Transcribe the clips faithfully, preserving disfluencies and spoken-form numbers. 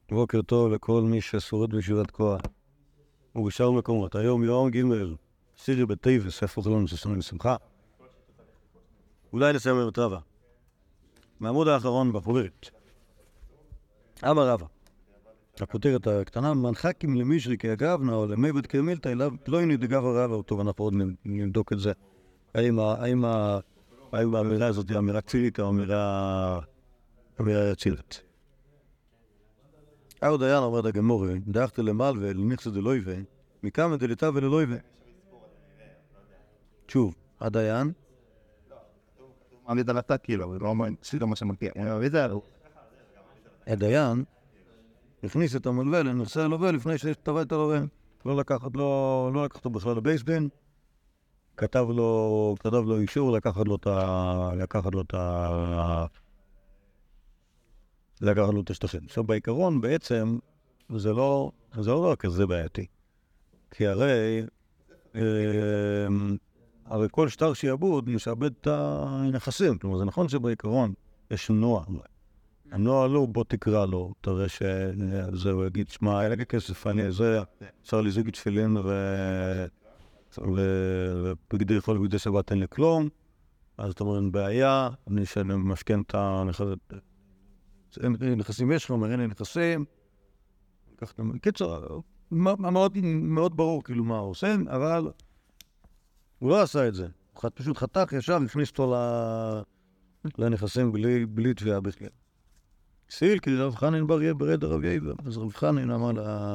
בוקר טוב לכל מי ששורד בישיבת כוח ובשאר מקומות. היום יום ג' עשירי בטבת, איפה זה לנו ששומעים בשמחה? אולי נסיים את רבא. מעמוד האחרון בחוברת. אמר רבא, הכותרת הקטנה, מנחקים למישרי כאגבנה או למייבד כמילתא אליו לא הנה דגב הרבא אותו, ואנחנו עוד נבדוק את זה. האם האמירה הזאת היא אמירה צילית או אמירה צילית? אהו דיין אומר דגמורי, דאכתי למלווה, לניחסה דלויבה, מכמה דליטה וללויבה. שוב, הדיין. אני דלתה כאילו, לא מה שמגיע. הדיין הכניס את המלווה לנכסי הלווה לפני שטבע את הלווה. לא לקחת לו, לא לקחת אותו בכלל לבייס דין. כתב לו, כתב לו אישור לקחת לו את ה... לקחת לו את ה... לקחת לו את השטחים. עכשיו בעיקרון בעצם זה לא, זה לא כזה בעייתי. כי הרי, אה, הרי כל שטר שיעבוד משעבד את הנכסים. כלומר זה נכון שבעיקרון יש נועה. הנועה לא, בוא תקרא לו, תראה שזה, הוא יגיד, שמע, אין לי כסף, אני זה, אפשר לזוג תפילין ובגדי יכול בגדי שבת אין לי כלום. אז אתה אומר, אין בעיה, אני משכן את הנכסים. נכסים יש לו, אומר, אין לי נכסים. קיצור, מאוד ברור כאילו מה הוא עושה, אבל הוא לא עשה את זה. הוא פשוט חתך ישר, הכניס אותו לנכסים בלי תביעה בכלל. סיל, כי רב חנין בר יהיה ברד הרב יאיבה. אז רב חנין אמר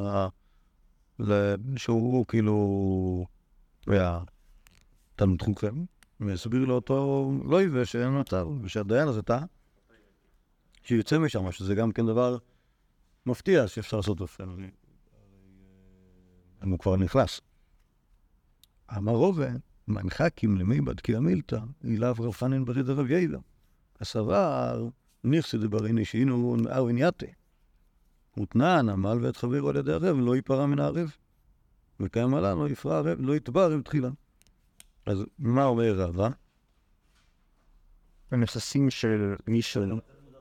שהוא כאילו היה תלמיד חכם, והסביר לו אותו לא יבא שאין מצב, ושהדיין הזה טעה. שיוצא משם, שזה גם כן דבר מפתיע שאפשר לעשות בפן. הוא כבר נכנס. אמר רובה, מנחקים למייבד כמילתא, אליו רב חנין ברד הרב יאיבה. הסבר, נכסי דבריני שהיינו מאר ונייתה. ותנען עמל ואת חברו על ידי ערב, לא ייפרע מן הערב. וקיים עלה, לא יפרע ערב, לא יתבע ערב תחילה. אז מה אומר רבא? הנכסים של מי שלנו.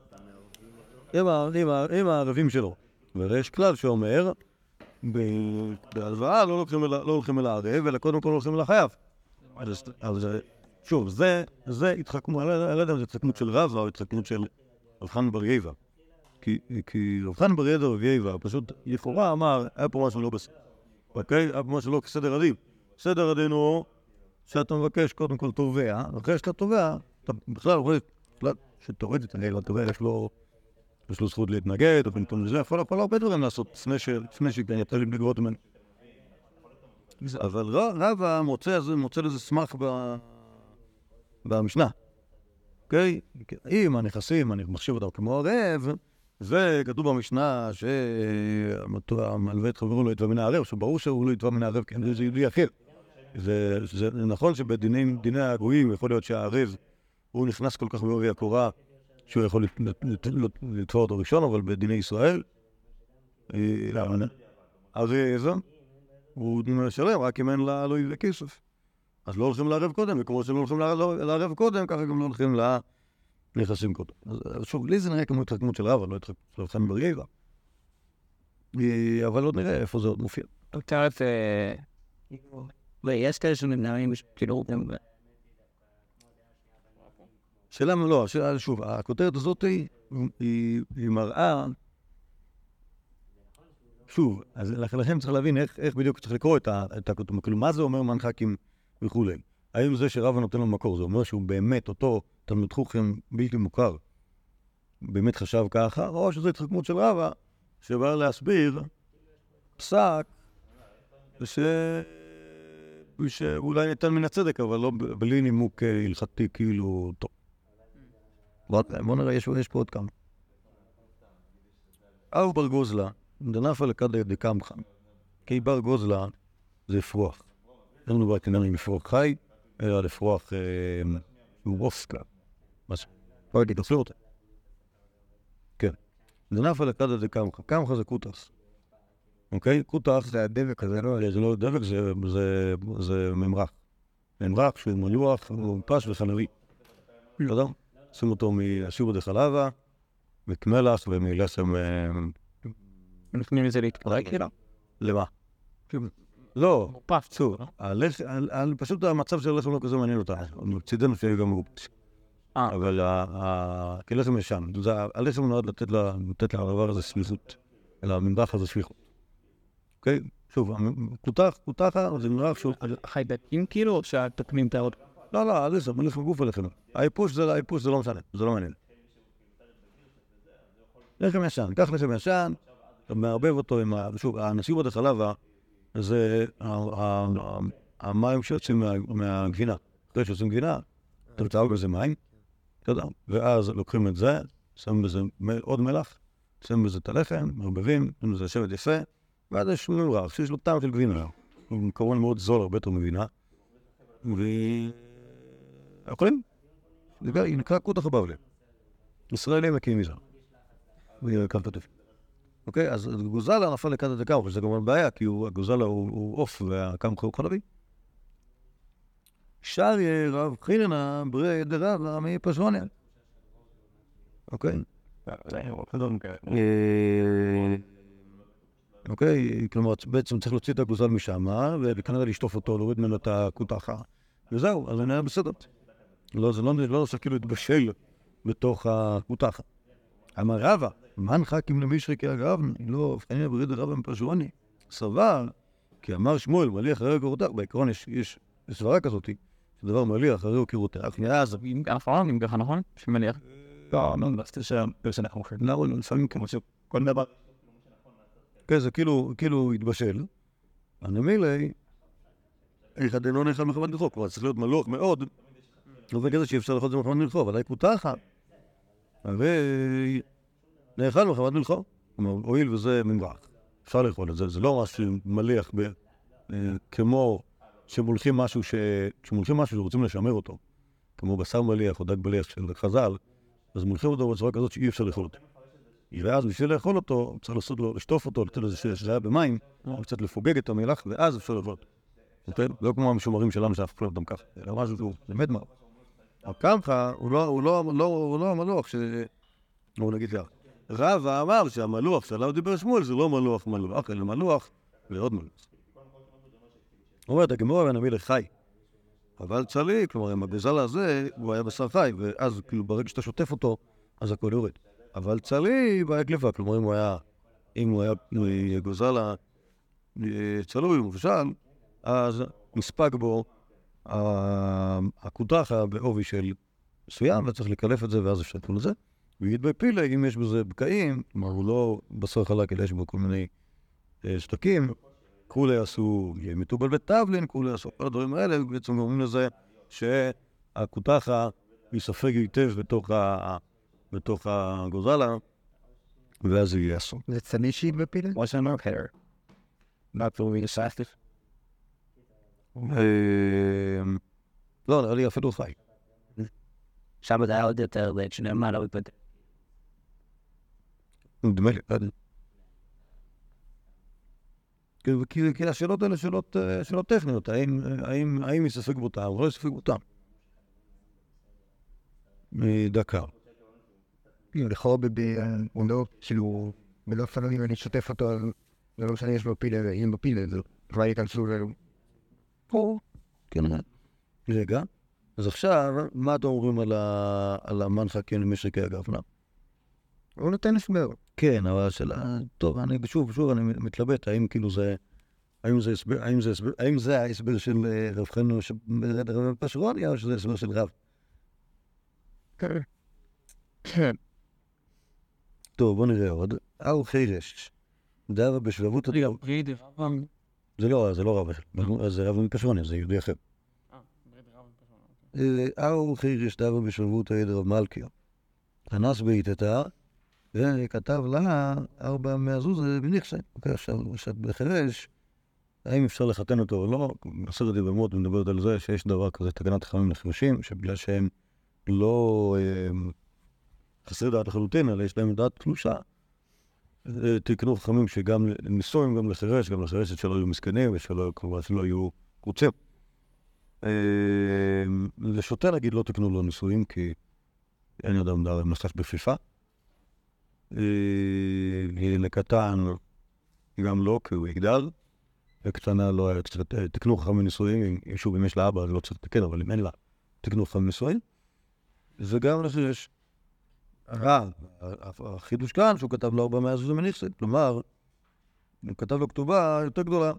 עם הערבים שלו. ויש כלל שאומר, בהלוואה לא הולכים אל הערב, אלא קודם כל הולכים אל החייב. אז שוב, זה התחכמות, אני לא יודע אם זה התחכמות של רבא או התחכמות של רב חנין בר יאיבה. כי רב חנין בר יאיבה פשוט לכאורה אמר, היה פה משהו לא בסדר. אוקיי? היה פה משהו לא כסדר הדין. סדר הדין הוא שאתה מבקש קודם כל תובע, אחרי שאתה תובע, אתה בכלל רואה, שתורדת, הרי לתובע יש לו יש לו זכות להתנגד, או פתאום לזה, יכול הרבה דברים לעשות לפני שיתה לי בנגרות ממנו. אבל רבא מוצא לזה סמך במשנה. אוקיי? אם הנכסים, אני מחשיב אותם כמו ערב, זה כתוב במשנה שהמלווה את חברו לא יתבע מן הערב, שברור שהוא לא יתבע מן הערב, כי זה יהודי אחר. זה נכון שבדיני הגויים יכול להיות שהערב הוא נכנס כל כך בעובי הקורה, שהוא יכול לתפור אותו ראשון, אבל בדיני ישראל, אז איזה, הוא משלם, רק אם אין לו יביא כסף. אז לא הולכים לערב קודם, וכמו שלא הולכים לערב קודם, ככה גם לא הולכים לנכסים קודם. אז שוב, לי זה נראה כמו התחכמות של רבא, לא התחכמות של רב חנין בר יאיבה. אבל עוד נראה איפה זה עוד מופיע. תערף, יש כאלה שנמנעים, כאילו, שאלה לא, שאלה שוב, הכותרת הזאת היא, היא, היא מראה, שוב, אז לכם צריך להבין איך, איך בדיוק צריך לקרוא את הכותרת, כאילו מה זה אומר מנחקים וכו'. האם זה שרבא נותן לו מקור, זה אומר שהוא באמת אותו תלמיד חכם בלתי מוכר, באמת חשב ככה, או שזו התחכמות של רבא, שבא להסביר פסק, ש... שאולי ניתן מן הצדק, אבל לא בלי נימוק הלכתי כאילו טוב. בוא נראה, יש פה עוד כמה. אהו בר גוזלה, דנפה לקדא דקמחה. כי בר גוזלה זה אפרוח. לא מדובר כנראה עם אפרוח חי, אלא על אפרוח רוסקה. מה זה? בואי תתעשו אותה. כן. דנפה לקדא דקמחה. קמחה זה קוטס. אוקיי? קוטס זה הדבק הזה, זה לא דבק, זה ממרח. ממרח שהוא מלוח, הוא מפש וחנרי. לא יודע? שים אותו מהשיעור דחלבה, מקמלח ומלחם נותנים לזה להתפרק, כאילו? למה? לא, מופף. שוב, הלחם, על- על- פשוט המצב של הלחם לא כזה מעניין אותה. מצידנו שיהיה גם מרופש. אה. אבל ה- ה- כי לחם ישן, זה- הלחם נועד לתת לה- לתת לדבר הזה סמיכות, לממרח הזה סמיכות. אוקיי? שוב, כותח, כותחה, זה מרח שהוא... חיידקים כאילו, או שהתקנים את העוד? לא, לא, הלחם, הלחם גוף הלחם. האיפוש זה האיפוש, זה לא משנה, זה לא מעניין. לחם ישן, קח לחם ישן, אתה מערבב אותו עם ה... שוב, האנשים עוד החלב, זה ה- ה- ה- המים שיוצאים מה- מהגבינה. אחרי שעושים גבינה, אתה מתאר בזה מים, אתה יודע, ואז לוקחים את זה, שמים בזה מ- עוד מלח, שמים בזה את הלחם, מערבבים, שמים בזה שבט יפה, ואז יש ממרח שיש לו טעם של גבינה. הוא כמובן מאוד זול, הרבה יותר מגבינה. ו... יכולים? זה נקרא כותח הבבלי. ישראלים מקימים מזה. וקו כתף. אוקיי, אז גוזלה נפל לקטע דקאו, וזה כמובן בעיה, כי הוא- הגוזלה הוא הוא עוף והקמח הוא חלבי. שריה רב חיננה ברי דרבה מפשרוניה. אוקיי? אוקיי, כלומר, בעצם צריך להוציא את הגוזל משם, וכנראה לשטוף אותו, להוריד ממנו את הכותחה, וזהו, אז זה נראה בסדר. לא, זה לא לא עושה כאילו להתבשל בתוך הכותחה. אמר רבא, מן חכים למישרי כאגרב, לא, פקניה ברי דרבה מפשרוני. סבר, כי אמר שמואל, מליח אחרי וקורותך, בעיקרון יש, יש סברה כזאת, שדבר מליח אחרי וקורותך, אז הפעם, אם ככה נכון? שמליח. לא, לא, לא, סתם שאנחנו הולכים. למה לא, לפעמים כמו שכל דבר. כן, זה כאילו, כאילו התבשל. הנמילי, אחד אינו נאכל מחמת מלכו, כלומר צריך להיות מלוח מאוד, לא כזה שאי אפשר לאכול את זה מחמת מלכו, אבל היא כותחה. הרי נאכל מחמת מלכו, כלומר, הואיל וזה ממרח. אפשר לאכול את זה, זה לא ממש מליח ב... אה, כמו שמולכים משהו ש... שמולכים משהו שרוצים לשמר אותו, כמו בשר מליח או דג מליח של חז"ל, אז מולכים אותו בצורה כזאת שאי אפשר לאכול אותו. ואז בשביל לאכול אותו, צריך לעשות לו, לשטוף אותו, לתת לזה שהיה במים, קצת לפוגג את המלח, ואז אפשר לאכול אותו. אוקיי? לא כמו המשומרים שלנו שאנחנו אוכלים אותם ככה, אלא משהו שהוא באמת מר. הקמחה הוא לא, הוא לא, לא, הוא לא המלוח ש... בואו נגיד ככה. רבא אמר שהמלוח שעליו דיבר שמואל זה לא מלוח מלוח, אלא מלוח ועוד מלוח. אומרת הגמרא והנביא חי. אבל צלי, כלומר, עם הגזל הזה, הוא היה בשר חי, ואז כאילו ברגע שאתה שוטף אותו, אז הכל יורד. אבל צלי בעיה קליפה, כלומר, אם הוא היה, אם הוא היה גוזל צלוי ומבושל, אז נספג בו הכותחה בעובי של מסוים, וצריך לקלף את זה, ואז אפשר לקרוא לזה. וידבי פילה, אם יש בזה בקעים, כלומר, הוא לא בשר חלק, אלא יש בו כל מיני שתקים, כולי עשו מטובל וטבלין, כולי עשו כל הדברים האלה, בעצם גורמים לזה שהכותחה היא ספג היטב בתוך, ה... בתוך הגוזלה, ואז זה יהיה אסון. זה צני שיט בפילה? What's an arcade? Not the way to fast it. לא, נראה לי אפילו חי. שם זה היה עוד יותר לצ'נה, מה לא יפת? נדמה לי, לא יודע. כי השאלות האלה שאלות טכניות, האם יספק בותם או לא יספק בותם. דקה. לכאורה בבונדו, כאילו, בלא פלונים אני שוטף אותו, זה לא משנה יש בו פילה, אם בפילה, זה כבר ייכנסו לזה. פה, כן. רגע, אז עכשיו, מה אתם אומרים על המנחה כן משריקי הגפנה? הוא נותן הסבר. כן, אבל השאלה, טוב, אני שוב, שוב, אני מתלבט, האם כאילו זה, האם זה הסבר, האם זה הסבר, האם זה ההסבר של רב חנו, רב פשרוני, או שזה הסבר של רב? כן. כן. טוב, בוא נראה עוד. אהו חירש. דאבה בשבבות... רגע, בריד רב... זה לא, זה לא רב, זה רב מפשרוני, זה יהודי אחר. אה, בריד רב מפשרוני. אהו חירש דאבה בשבבות היד רב מלכיה. תנס בעיתתה, וכתב לה ארבע מהזוזה בניחסה. אוקיי, עכשיו, בחירש, האם אפשר לחתן אותו או לא? עשרת יבמות מדברת על זה שיש דבר כזה, תקנת חכמים לחירשים, שבגלל שהם לא חסרי דעת לחלוטין, אלא יש להם דעת קלושה. תקנו חכמים שגם ניסויים גם לחירש, גם לחירשת שלא יהיו מסכנים, ושלא כמובן שלא יהיו קרוצים. לשוטה נגיד לא תקנו לו ניסויים, כי אין אדם דר נחש בפיפה. לקטן גם לא, כי הוא יגדל. בקטנה לא היה צריך, תקנו חכם מנישואים, אם שוב, אם יש לה אבא, אז לא צריך לתקן, אבל אם אין לה, תקנו חכם מנישואים. וגם יש הרב, החידוש כאן, שהוא כתב לו ארבע מאה זוז מניחסים, כלומר, הוא כתב לו כתובה יותר גדולה.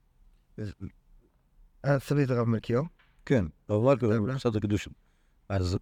סבי זה רב מלכיאור? כן, רב מלכיאור, מסדר קידושין. אז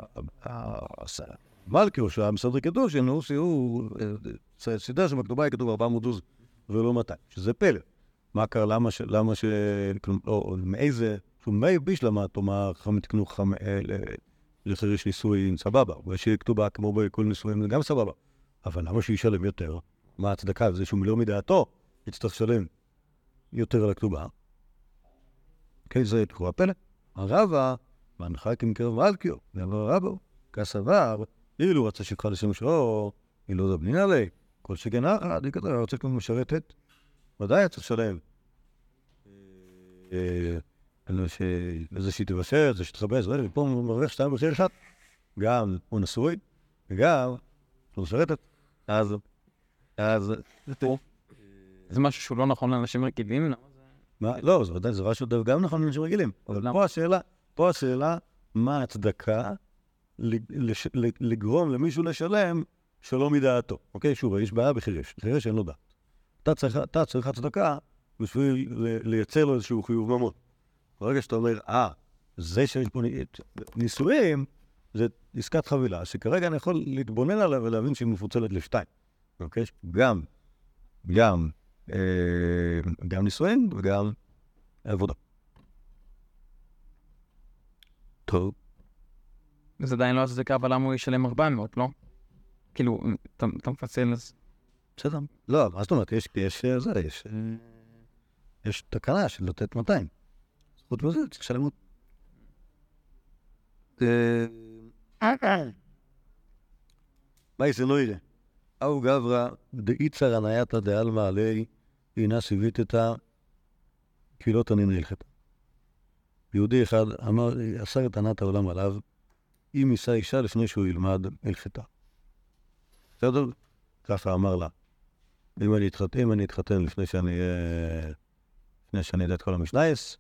מלכיאור, שהיה מסדר קידושין, הוא סידר שבכתובה היא כתוב ארבע מאות זוז ולא מאתיים, שזה פלא. מה קרה, למה ש... למה ש... או מאיזה... מי בישלמה, תאמר, חכם תקנו חכם לחריש נישואין, סבבה. ושיהיה כתובה כמו בכל נישואין, זה גם סבבה. אבל למה שישלם יותר? מה הצדקה? זה שהוא לא מדעתו, יצטרך לשלם יותר על הכתובה. כן, זה תקוע הפלא. הרבה, מנחה כמקרב מלכיאור, ואמר רבו, כסבר, אילו רצה שיקחה לשם שרו, אילו זה בנינה לי, כל שכן אחת, היא כתבה, רוצה כמו משרתת, ודאי אתה שלם. איזה שהיא תבשר, זה שתחבש, ופה הוא מרוויח שתיים בשיר אחד. גם הוא נשוי, וגם הוא משרתת. אז, אז... זה משהו שהוא לא נכון לאנשים רגילים? לא, זה ודאי, זה משהו גם נכון לאנשים רגילים. אבל פה השאלה, פה השאלה, מה ההצדקה לגרום למישהו לשלם שלא מדעתו. אוקיי, שוב, יש בעיה בחירש. בחירש אין לו דעת. אתה צריך הצדקה בשביל לייצר לו איזשהו חיוב ממון. ברגע שאתה אומר, אה, זה שיש פה נישואים, זה עסקת חבילה, שכרגע אני יכול להתבונן עליה ולהבין שהיא מפוצלת לשתיים. אוקיי? גם, גם, גם נישואים וגם עבודה. טוב. זה עדיין לא הצדקה, אבל למה הוא ישלם ארבע מאות, לא? כאילו, אתה מפצל אז... בסדר. לא, מה זאת אומרת? יש, יש, זה, יש, יש תקנה של לתת מאתיים. חוץ מזה, צריך לשלם עוד. מה יש לא יראה? אהו גברא, דאיצר הנייתא דעלמא עלי, אינה סיביתתא, כי לא תנין הלכתה. יהודי אחד אמר, אסר את ענת העולם עליו, אם יישא אישה לפני שהוא ילמד הלכתה. בסדר? ככה אמר לה. אם אני אתחתן, אם אני אתחתן לפני שאני לפני שאני אדע את כל המשנייס,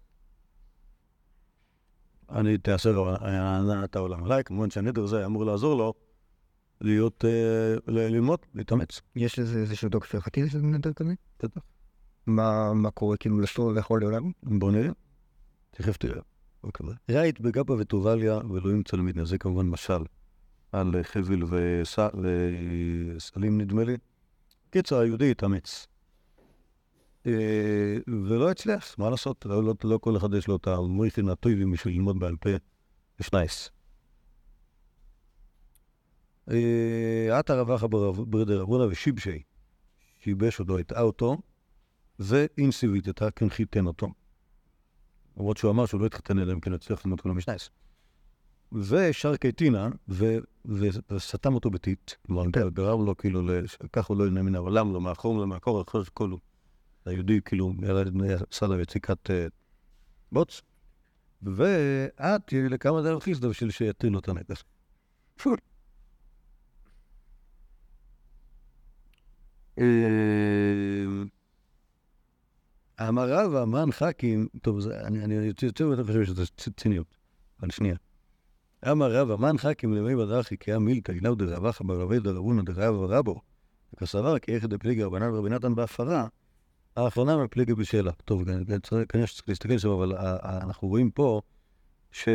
אני תאסר ענת העולם עליי, כמובן שהנדר הזה אמור לעזור לו להיות, ללמוד, להתאמץ. יש לזה איזשהו דוק פרחתי לזה נדר כזה? בטח. מה קורה כאילו לסור לאכול לעולם? בוא נראה. תכף תראה. ראית בגבה וטובליה ולא ימצא למדנה, זה כמובן משל על חבל וסלים נדמה לי. קיצר, היהודי התאמץ. ולא הצליח, מה לעשות? לא כל אחד יש לו את המויכין הטובים בשביל ללמוד בעל פה לשנייס. עתה רבחה ברדר רבונה ושיבשי, שיבש אותו, הטעה אותו, ואינסיבית אתה כן חיתן אותו. למרות שהוא אמר שהוא לא התחתן אליהם, כן הצליח ללמוד כל המשנייס. ושר קייטינה, וסתם אותו בתית, גרם לו כאילו, ככה הוא לא ינמין העולם, לא מאחור, לא מאחור, אחרי שכל הוא, היהודי כאילו, עשה לה יציקת בוץ, ואת תהיה לכמה דרך חיסדה בשביל שיתיר לו את הנקס. פול. אמר רב, אמן חכים, טוב, אני יוצא ואתה חושב שזה ציניות, אבל שנייה. אמר רב, אמן חכים למי בדרכי, כי המילתא, אילאו דרבחה ברבי דרבונה דרב ורבו, וכסבר כי יחד הפליגי רבנן ורבי נתן בהפרה, האחרונה מפליגי בשאלה. טוב, כנראה שצריך להסתכל שם, אבל אנחנו רואים פה ש...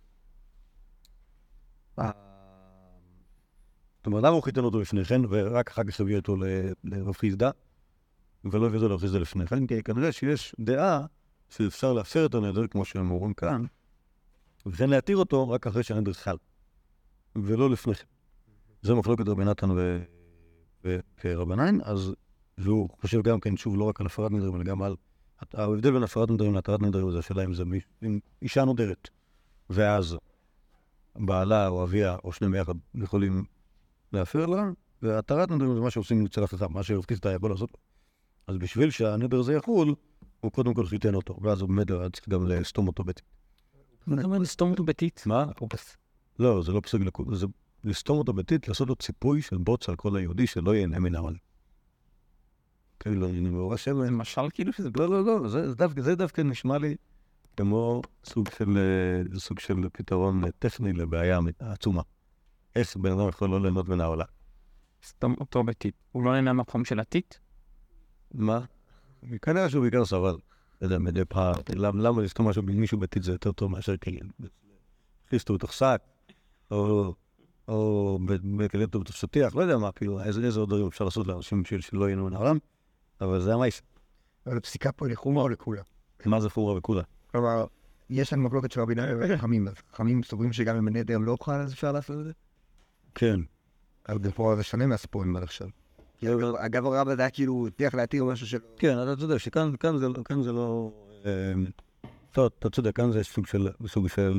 זאת אומרת, למה הוא חיתן אותו לפני כן, ורק אחר כך הביא אותו לרב חיסדא, ולא הביא אותו לרב חיסדא לפני כן, כי כנראה שיש דעה שאפשר לאפשר את הנדר, כמו שהם אומרים כאן, וכן להתיר אותו רק אחרי שהנדר חל, ולא לפני כן. זה מחלוקת רבי נתן ורבנן, אז והוא חושב גם כן, שוב, לא רק על הפרת נדרים, אלא גם על... ההבדל בין הפרת נדרים להתרת נדרים, זה השאלה אם זה אם אישה נודרת, ואז בעלה או אביה או שניהם יחד יכולים להפר לה, והתרת נדרים זה מה שעושים אצל החכם, מה שרב חיסדא יכול לעשות. אז בשביל שהנדר הזה יחול, הוא קודם כל חיתן אותו, ואז הוא באמת צריך גם לסתום אותו בתית. מה אומר לסתום אותו בתית? מה? לא, זה לא פסק לקוד, זה לסתום אותו בתית, לעשות לו ציפוי של בוץ על כל היהודי שלא ייהנה מן העול. כאילו, אני מאור השמן. זה משל כאילו שזה... לא, לא, לא, זה דווקא, זה דווקא נשמע לי כמו סוג של, סוג של פתרון טכני לבעיה עצומה. איך בן אדם יכול לא ליהנות מן העולם? סתם אותו בטיט. הוא לא נהנה מהחום של הטיט? מה? כנראה שהוא בעיקר סבל. לא יודע, מדי פעם, למה לסתום משהו במישהו בטיט זה יותר טוב מאשר כאילו. הכניסו בתוך שק, או... או בקלטו בתוך שטיח, לא יודע מה, כאילו, איזה עוד דברים אפשר לעשות לאנשים שלא ייהנו מן העולם, אבל זה המייס. אבל הפסיקה פה לחומרה או לכולה? מה זה חומרה וכולה? כלומר, יש לנו מחלוקת של רבי נחמן וחכמים, אז חכמים סוברים שגם אם הנדר לא חל, אז אפשר לעשות את זה? כן. אבל פה זה שונה מהסיפורים עד עכשיו. אגב, הרב הזה היה כאילו, הצליח להתיר משהו שלא... כן, אתה צודק, שכאן זה לא... טוב, אתה צודק, כאן זה סוג של... סוג של...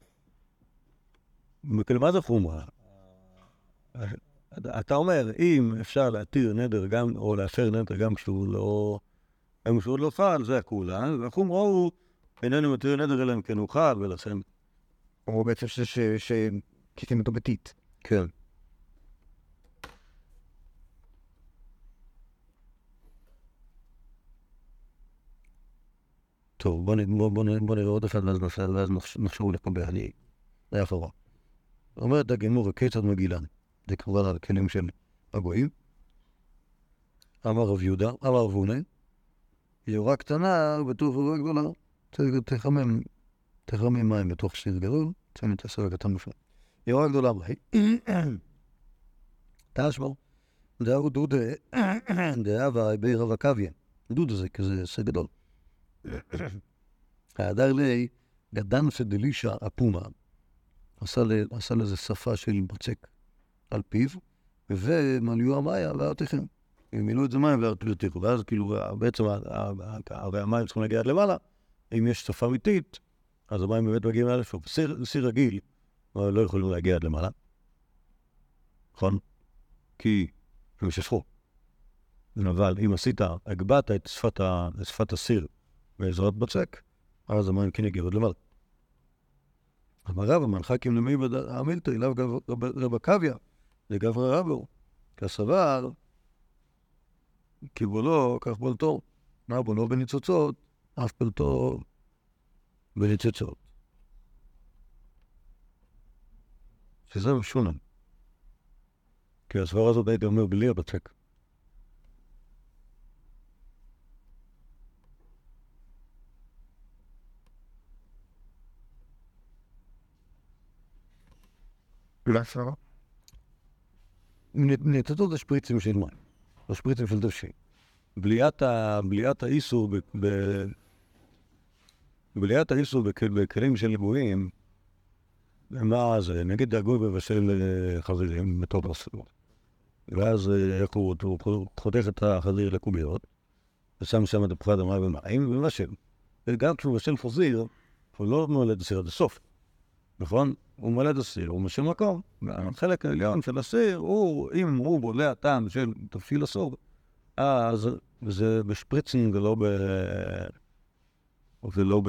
כאילו, מה זה חומרה? אתה אומר, אם אפשר להתיר נדר גם, או לאשר נדר גם כשהוא לא... אם כשהוא לא חל, זה הכולה, והחומרה הוא איננו מתיר נדר אלא אם כן הוא חל, ולכן... או בעצם שכיתים אותו בטיט. כן. טוב, בוא נראה עוד אחד, ואז נחשוב לפה בהלי. זה היה פרעה. אומרת הגמור, כיצד מגילן? זה כמובן על הכלים של הגויים. אמר רב יהודה, אמר רב הונא, יורה קטנה בתוך יורה גדולה. תחמם, תחמם מים בתוך סיר גדול, תשמע את הסיר הקטן בפני. יורה גדולה מהי. תשמע, דאו דודה, דאבה בי רב הקוויה. דודה זה כזה סיר גדול. האדר לי, גדן שדלישה אפומה. עשה לזה שפה של בצק על פיו, ומליאו המאיה והרתיכם. הם מילאו את זה מים והרתיכו, ואז כאילו בעצם הרי המים צריכים להגיע עד למעלה. אם יש שפה אמיתית, אז המים באמת מגיעים עד לשם. סיר רגיל, לא יכולים להגיע עד למעלה. נכון? כי הם שפכו. אבל אם עשית, הגבעת את שפת הסיר בעזרת בצק, אז המים כן יגיעו עד למעלה. אמר רב, המנחקים למי המילתא, אליו רב הקוויה, לגברא רבו, כסבר, כי בולו, כך בולתו, מה בולו בניצוצות, אף בולתו בניצוצות. שזה משונה. כי הסברה הזאת הייתי אומר בלי הבצק. אולי סברה? ניצוצות זה שפריצים של מים, זה שפריצים של דבשים. בליעת האיסור, בליעת האיסור בכלים של גויים, מה זה? נגיד הגוי מבשל חזירים מטורף. ואז הוא חותך את החזיר לקוביות, ושם שם את הפחד המים ומים, ומבשל. וגם כשהוא מבשל חזיר, הוא לא מולד את הסיר עד הסוף. נכון? הוא מולד את הסיר, הוא משל מקום. החלק העליון של הסיר, אם הוא בולע טעם של תבשיל הסור, אז זה בשפריצינג ולא ב... ולא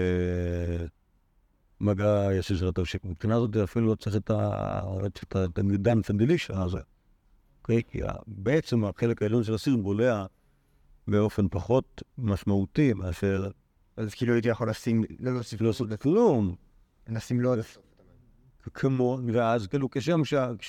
במגע ישיר של התבשיל. מבחינה הזאת אפילו לא צריך את הגדן פנדלישה הזה. כי בעצם החלק העליון של הסיר בולע באופן פחות משמעותי מאשר... אז כאילו הייתי יכול לשים... לא להוסיף כלום. נשים לו עד הסוף. כמו, ואז כאילו כשם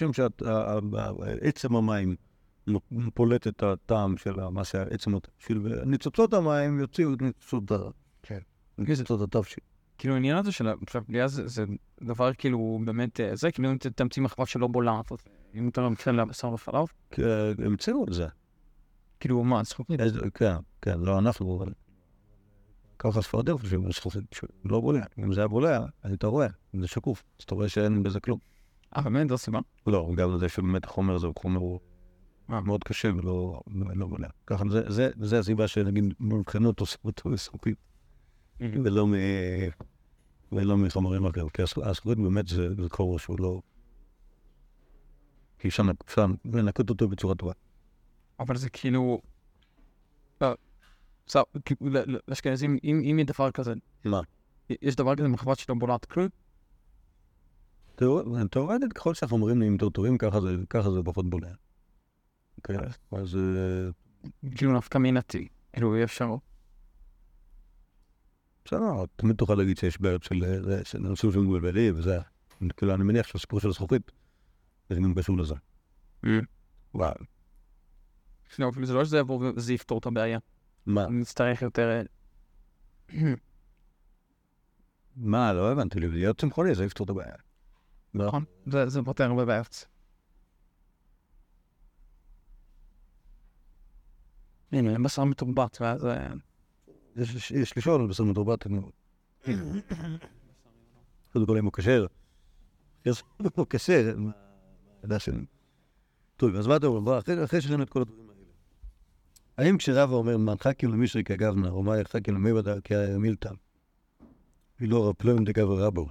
שעצם המים פולט את הטעם של מה שהעצם התבשיל, וניצוצות המים יוציאו את ניצוצות התבשיל. כאילו העניין הזה של הבליעה זה דבר כאילו באמת, זה כאילו אם תמציא מחווה שלא בולעת, אם אתה מתחיל לבשר ופלאו? המציאו את זה. כאילו מה, זכוכית? כן, כן, לא אנחנו, אבל... ככה ספרדים חושבים, לא בולע. אם זה היה בולע, אז אתה רואה, זה שקוף. אז אתה רואה שאין בזה כלום. אה, באמת? זו סיבה? לא, גם לזה שבאמת החומר הזה הוא חומר מאוד קשה ולא בולע. ככה, זה הסיבה שנגיד מבחינות עושים אותו לסרופית. ולא מחומרים אחרים. כי הסרופית באמת זה קורא שהוא לא... כי אפשר לנקות אותו בצורה טובה. אבל זה כאילו... לאשכנזים, אם יהיה דבר כזה... מה? יש דבר כזה מחוות שלא בולעת כלום? תאורטית, ככל שהחומרים נהיים יותר טובים, ככה זה פחות בולע. אז כאילו נפקא מינתי, כאילו אי אפשר. בסדר, תמיד תוכל להגיד שיש בעיות של אנשים שמבלבלים, וזה, כאילו, אני מניח שהסיפור של הזכוכית, זה גם קשור לזה. וואו. לא, אפילו זה לא שזה יבוא וזה יפתור את הבעיה. מה? נצטרך יותר... מה? לא הבנתי לי, להיות צמחוני, זה יפתור את הבעיה. נכון, זה- זה פותר הרבה בעיות. הנה, בשר מתורבת, ואז... אה, יש יש לשאול על בשר מתורבת, קודם כל אם הוא כשר. הוא כשר, מה הדעה שלנו. טוב, אז מה אתה אומר? אחרי שראינו את כל הדברים האלה. האם כשרבא אומר, מנחה כאילו מישרי כגבנה, או מה יחכה כאילו מי בדע כמילתא, ולא רפלוים דגבר רבו.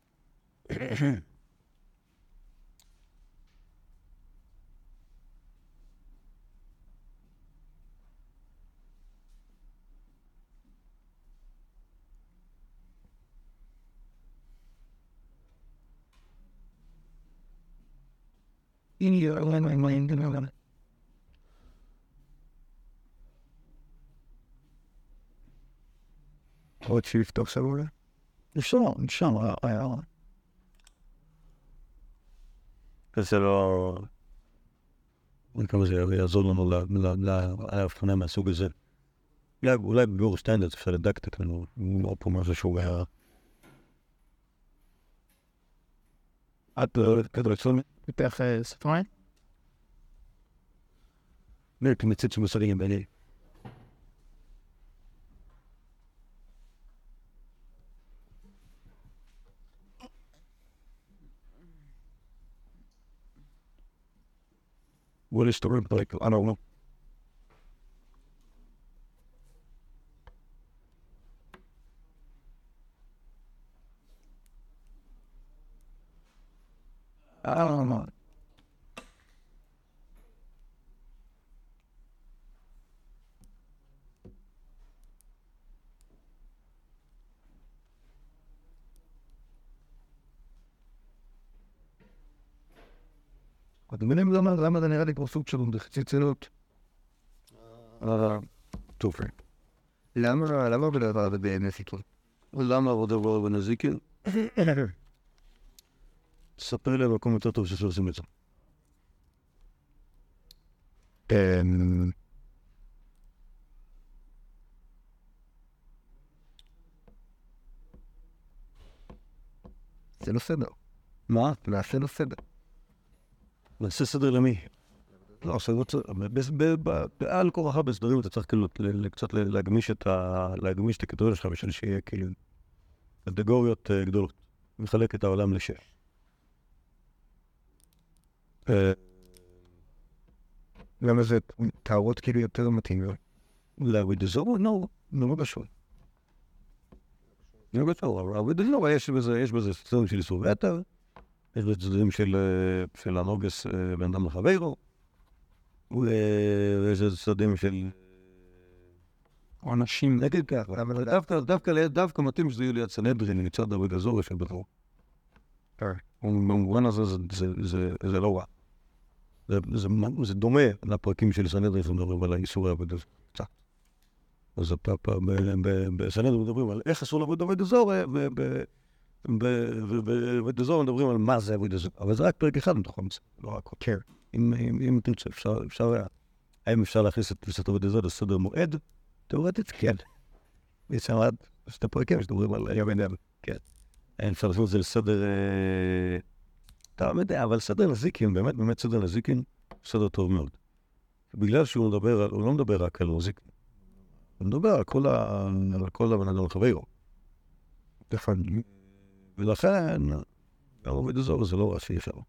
עוד שיפתוח סבולה? אפשר, אפשר, היה. זה לא... כמה זה יעזור לנו להבחנה מהסוג הזה. אולי בביאור שטיינדרס אפשר לדקדק לנו, לא פה משהו שהוא היה... את כדור עצומי? פותח אה, ספריים? נראה כמצית שמוסרים בעיני. What is the room like? I don't know. I don't know. אתם מבינים למה זה נראה לי כמו סוג של חציצנות? טוב, למה, למה בדבר זה בנזיקין? למה עוד דבר בנזיקין? ספר לי מקום יותר טוב שעושים את זה. זה לא סדר. מה? נעשה לו סדר. נעשה סדר למי? לא, סדר, בעל כל רחב בסדרים אתה צריך כאילו קצת להגמיש את הקטגוריה שלך בשביל שיהיה כאילו קטגוריות גדולות. מחלק את העולם לשש. למה זה תארות כאילו יותר מתאים? לאבידזור? לא, לא קשור. לא קשור, אבידזור יש בזה צדדים של איסור ויתר, יש בזה צדדים של הנוגס בין אדם לחברו, ויש בזה צדדים של... או אנשים. נגיד ככה, דווקא מתאים שזה יהיה ליד סנהדרין מצד אבידזור של בתור. במובן הזה זה לא רע. זה דומה לפרקים של סנהדרין שמדברים על האיסור האבידזור. אז בסנהדרין מדברים על איך אסור לעבוד אבידזור, ובאבידזור מדברים על מה זה אבידזור. אבל זה רק פרק אחד מתוכם, לא רק עוד. אם תרצה, אפשר... האם אפשר להכניס את תפיסת אבידזור לסדר מועד? תאורטית, כן. יש שם עד שתי פרקים שדברים על יום עינם. כן. אפשר לעשות את זה לסדר... אתה לא יודע, אבל סדר נזיקין, באמת, באמת סדר נזיקין, סדר טוב מאוד. בגלל שהוא מדבר, הוא לא מדבר רק על נזיקין. הוא מדבר על כל ה... על כל הבן אדם לחברו. ולכן, גם אבידזור זה לא רע שיש שם.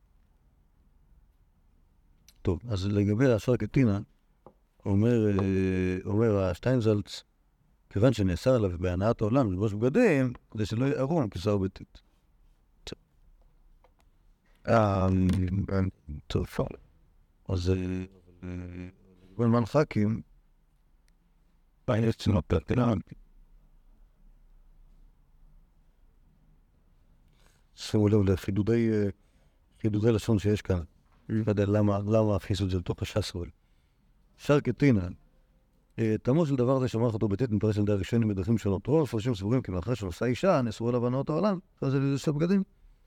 טוב, אז לגבי השאר קטינה, אומר, אומר השטיינזלץ, כיוון שנאסר עליו בהנעת העולם ללבוש בגדים, כדי שלא יערום כשר ביתית. טוב, אז בן חכים, יש צנות פרטינן. שימו לב לחידודי חידודי לשון שיש כאן. לא יודע למה הכניסו את זה לתוך השסרול. שר קטינן, תמו של דבר זה שאמר אותו ביתית מפרש על די הראשונים בדרכים שונות. רוב הפרשים סבורים כי מאחר שנשא אישה, נאסרו עליו הנאות העולם, אז זה לשאת בגדים.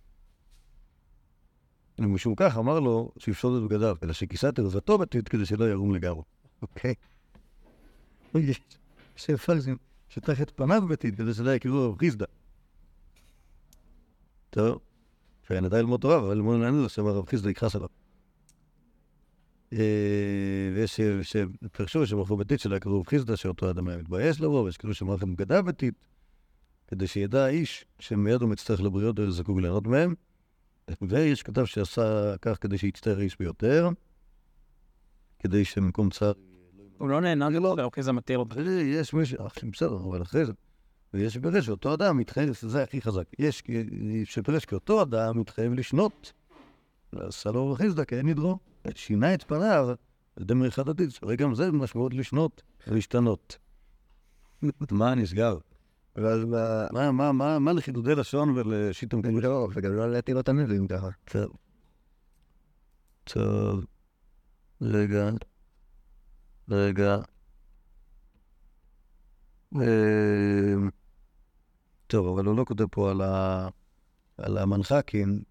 ומשום כך אמר לו שיפשוט את בגדיו, אלא שכיסה את ערוותו ביתית כדי שלא ירום לגמרי. אוקיי. שפלזים, שטח את פניו ביתית כדי שלא יקראו רב חיסדא. טוב, שנדע ללמוד תורה, אבל ללמוד לעניין זה רב חיסדא יכעס עליו. ויש שפרשו שמחלו ביתית שלא יקראו רב חיסדא, שאותו אדם היה מתבייש לבוא, ויש כאילו שמר לכם בגדיו ביתית, כדי שידע האיש שמיד הוא מצטרך לבריות או זקוק ליהנות מהם, ויש כתב שעשה כך כדי שיצטער איש ביותר, כדי שמקום צער... הוא לא נהנה לו, אוקיי, זה מתיר לו. יש מישהו, בסדר, אבל אחרי זה. ויש שפרש שאותו אדם מתחייב, זה הכי חזק. יש שפרש כי אותו אדם מתחייב לשנות. עשה לו חיסדא, כי אין נדרו. שינה את פניו, על ידי מריחת עתיד, הרי גם זה משמעות לשנות, להשתנות. מה נסגר? אבל מה, מה, מה, מה לחידודי לשון ולשיטם כאלה? לא, וגם לא להטיל אותם נביאים ככה. טוב. טוב. רגע. רגע. טוב, אבל הוא לא כותב פה על ה... על המנחקים.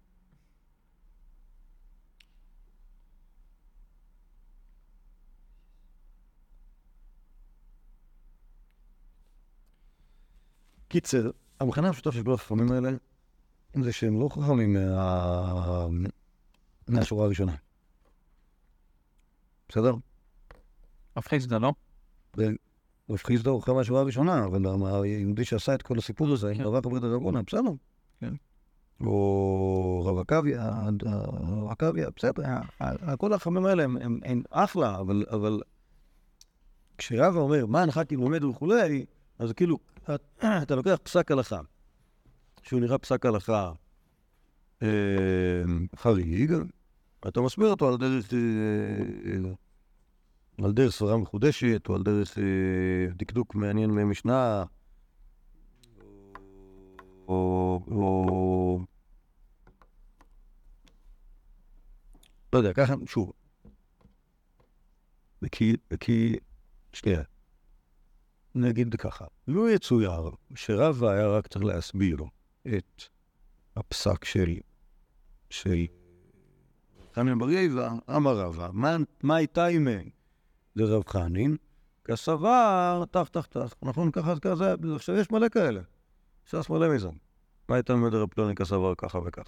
קיצר, המכנה המשותף של כל החכמים האלה זה שהם לא חכמים מה... מהשורה הראשונה. בסדר? רב חיסדא, לא? רב חיסדא הוא חכם מהשורה הראשונה, אבל היהודי שעשה את כל הסיפור הזה, רב אברהם דרבונה, בסדר. כן. או רב עקביה, רב עקביה, בסדר. כל החכמים האלה הם אחלה, אבל כשרב אומר מה הנחקים לומד וכולי, אז כאילו, אתה לוקח פסק הלכה, שהוא נראה פסק הלכה חריג, ואתה מסביר אותו על דרך, על דרך סברה מחודשת, או על דרך דקדוק מעניין ממשנה, או... לא יודע, ככה, שוב. וכי, וכי, שנייה. נגיד ככה, לא יצויר שרב היה רק צריך להסביר את הפסק של של חנין בר יבא, אמר רבא, מה, מה הייתה עימי לרב חנין? כסבר, תח תח תח, נכון ככה כזה, עכשיו יש מלא כאלה, שס מלא מזה. מה הייתה עימי לרב פלוני כסבר ככה וככה?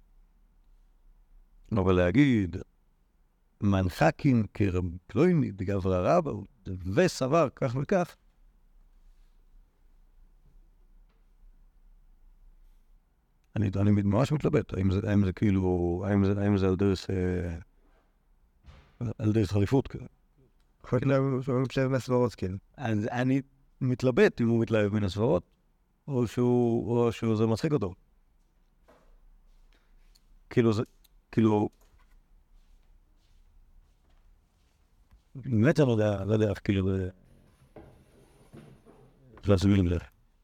אבל להגיד, מנחקים כרב פלוני, דגברא רבא, וסבר כך וכך, אני, אני ממש מתלבט, האם זה, האם זה כאילו, האם זה, האם זה על דרך, אה, על דרך חריפות כזה. יכול להיות שהוא מתלהב מהסברות, כן. אז אני מתלבט אם הוא מתלהב מן הסברות, או שהוא, או שהוא זה מצחיק אותו. כאילו זה, כאילו... באמת אני לא יודע, לא יודע איך כאילו... איך להסביר עם זה.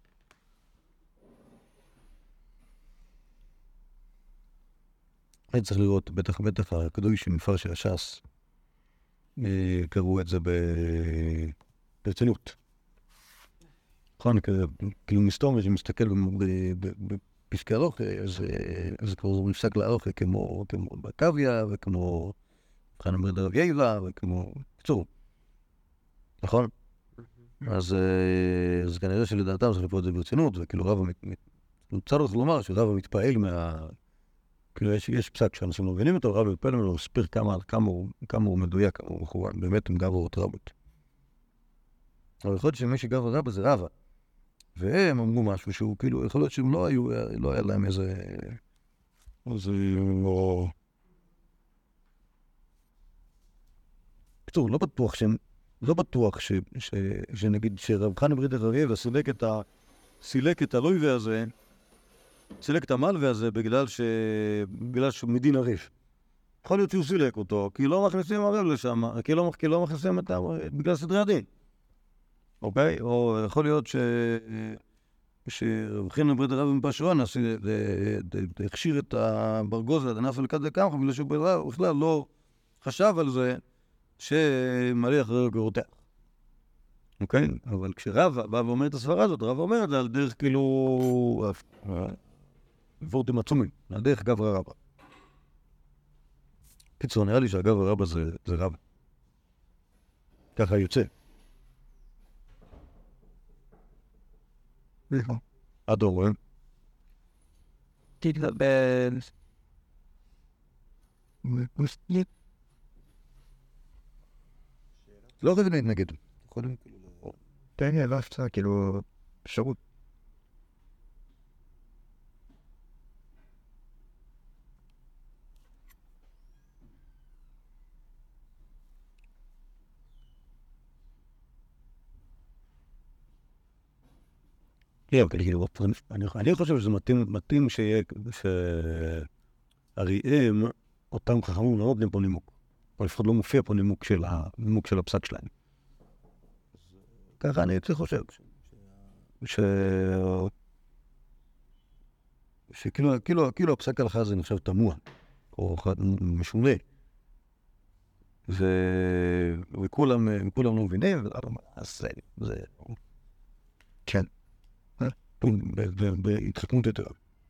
אני צריך לראות, בטח בטח הקדוש שמפרש של הש"ס, קראו את זה ברצינות. נכון, כאילו מסתום, שמסתכל בפסקי ארוכה, אז כבר זה מפסק לארוכה כמו בקוויה, וכמו חנן בר דרב יבא, וכמו... קצור. נכון? אז כנראה שלדעתם צריך לפעול את זה ברצינות, וכאילו רב... צריך לומר שרב מתפעל מה... כאילו יש, יש פסק שאנשים לא מבינים אותו, רב מתפעל ממנו, מספיר כמה, כמה, הוא, כמה הוא מדויק, כמה הוא מכוון, באמת הם גברות רבות. אבל יכול להיות שמי שגבר רבא זה רבא, והם אמרו משהו שהוא כאילו, יכול להיות שהם לא היו, לא היה להם איזה... איזה... לא... קצור, לא בטוח שהם... לא בטוח ש... ש... שנגיד שרב חנין בר דרב יבא סילק את ה... סילק את הלויבה הזה, סילק את המלווה הזה בגלל ש... בגלל שהוא מדין עריף. יכול להיות שהוא סילק אותו, כי לא מכניסים ערב לשם, כי לא, כי לא מכניסים את ה... בגלל סדרי הדין. אוקיי? או יכול להיות ש... שרב חנין בר דרב מפשרון הכשיר את הברגוז לדנף ולכד לקמחה, בגלל שהוא בכלל לא חשב על זה שמלא אחרי גרותיה. אוקיי? אבל כשרב בא ואומר את הסברה הזאת, רב אומר את זה על דרך כאילו... וורטים עצומים, על דרך גברא רבא. קיצור, נראה לי שהגברא רבא זה, זה רב. ככה יוצא. אדור, רואה? תתלבן. לא חייבים להתנגד. תן לי, לא אפצע, כאילו, אפשרות. אני חושב שזה מתאים שיהיה, שהראיהם, אותם חכמים לא נותנים פה נימוק. או לפחות לא מופיע פה נימוק של הפסק שלהם. ככה אני הייתי חושב. שכאילו הפסק הלכה הזה נחשב תמוה, או משונה. וכולם לא מבינים, אז זה... כן. בהתחכמות יותר.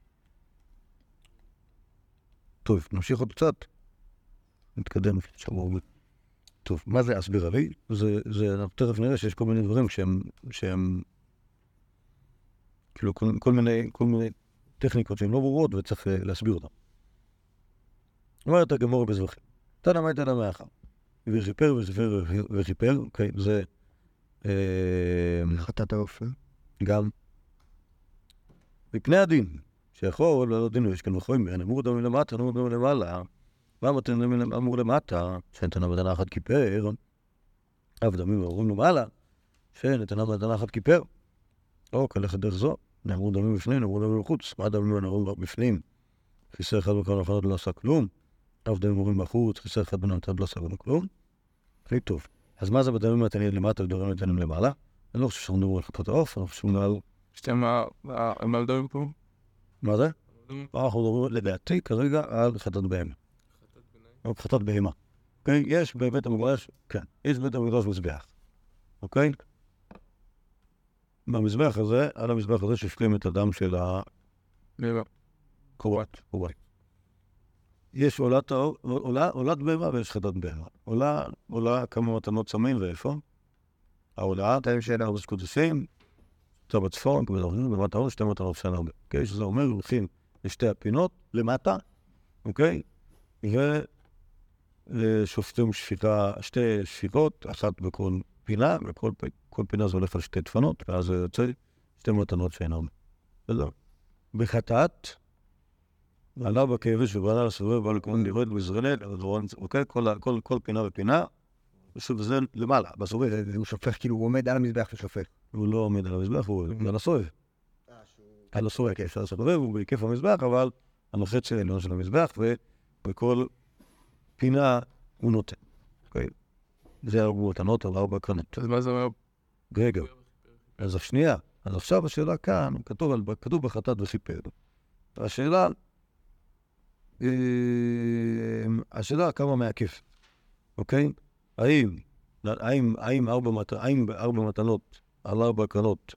טוב, נמשיך עוד קצת. נתקדם. טוב, מה זה הסבירה לי? זה, תכף נראה שיש כל מיני דברים שהם, שהם, כאילו, כל מיני, כל מיני טכניקות שהן לא ברורות וצריך להסביר אותן. אומרת הגמרא בזבחים. תנא מאי תנא מאחר. וחיפר וחיפר וחיפר, אוקיי, זה... חטאת האופן. גם. מפני הדין, שיכול, לא דין, יש כאן וחוים, אמור דמים למטה, אמור דמים למעלה. מה אמור למטה? שנתנה מתנה אחת כיפר. אף דמים אמורים למעלה, שנתנה מתנה אחת כיפר. או כלכת דרך זו, נאמרו דמים בפנים, נאמרו דמים בחוץ. מה דמים נאמרו בפנים? חיסר אחד בכמה נכונות לא עשה כלום. אף דמים אמורים בחוץ, חיסר אחד בנתן לא עשה כלום. הכי טוב. אז מה זה בדמים מתנים למטה ודברים מתנים למעלה? אני לא חושב שאנחנו נדבר על חטאת העוף, אני חושב שנדבר על... שאתם מה מדברים פה? מה זה? אנחנו מדברים לדעתי כרגע על חטאת בהמה. או חטאת בהמה. אוקיי? יש בבית המקדש, כן, יש בבית המקדש מזבח. אוקיי? במזבח הזה, על המזבח הזה שופכים את הדם של ה... בהמה. קורבן. קורבן. יש עולת, עולה, עולת בהמה ויש חטאת בהמה. עולה, עולה כמה מתנות צמים ואיפה? העולה, תאים שאלה ארבע קודשים, צו בצפון, במטה עוד שתי מתנות שאין הרבה. אוקיי? שזה אומר, הולכים לשתי הפינות, למטה, אוקיי? ושופטים שפירה, שתי שפירות, אחת בכל פינה, וכל כל פינה זה הולך על שתי דפנות, ואז זה יוצא שתי מתנות שאין הרבה. וזהו. בחטאת, עלה בכבש ובעלה לסובב, בעלה כמובן לראות ביזרנט, אוקיי? כל, כל, כל פינה ופינה, וזה למעלה, בסובב. הוא שופך, כאילו הוא עומד על המזבח ושופך. הוא לא עומד על המזבח, הוא על הסובב. על הסובב, כן, אפשר לסובב, הוא בהיקף המזבח, אבל הנוחת של העליון של המזבח, ובכל פינה הוא נותן. אוקיי? זה ארבע מתנות על ארבע קרנות. אז מה זה אומר? רגע. אז השנייה. אז עכשיו השאלה כאן, כתוב, על, כתוב בחטאת וחיפר. השאלה, השאלה כמה מעקף. אוקיי? האם, האם, האם ארבע, מת, האם ארבע מתנות על ארבע קרנות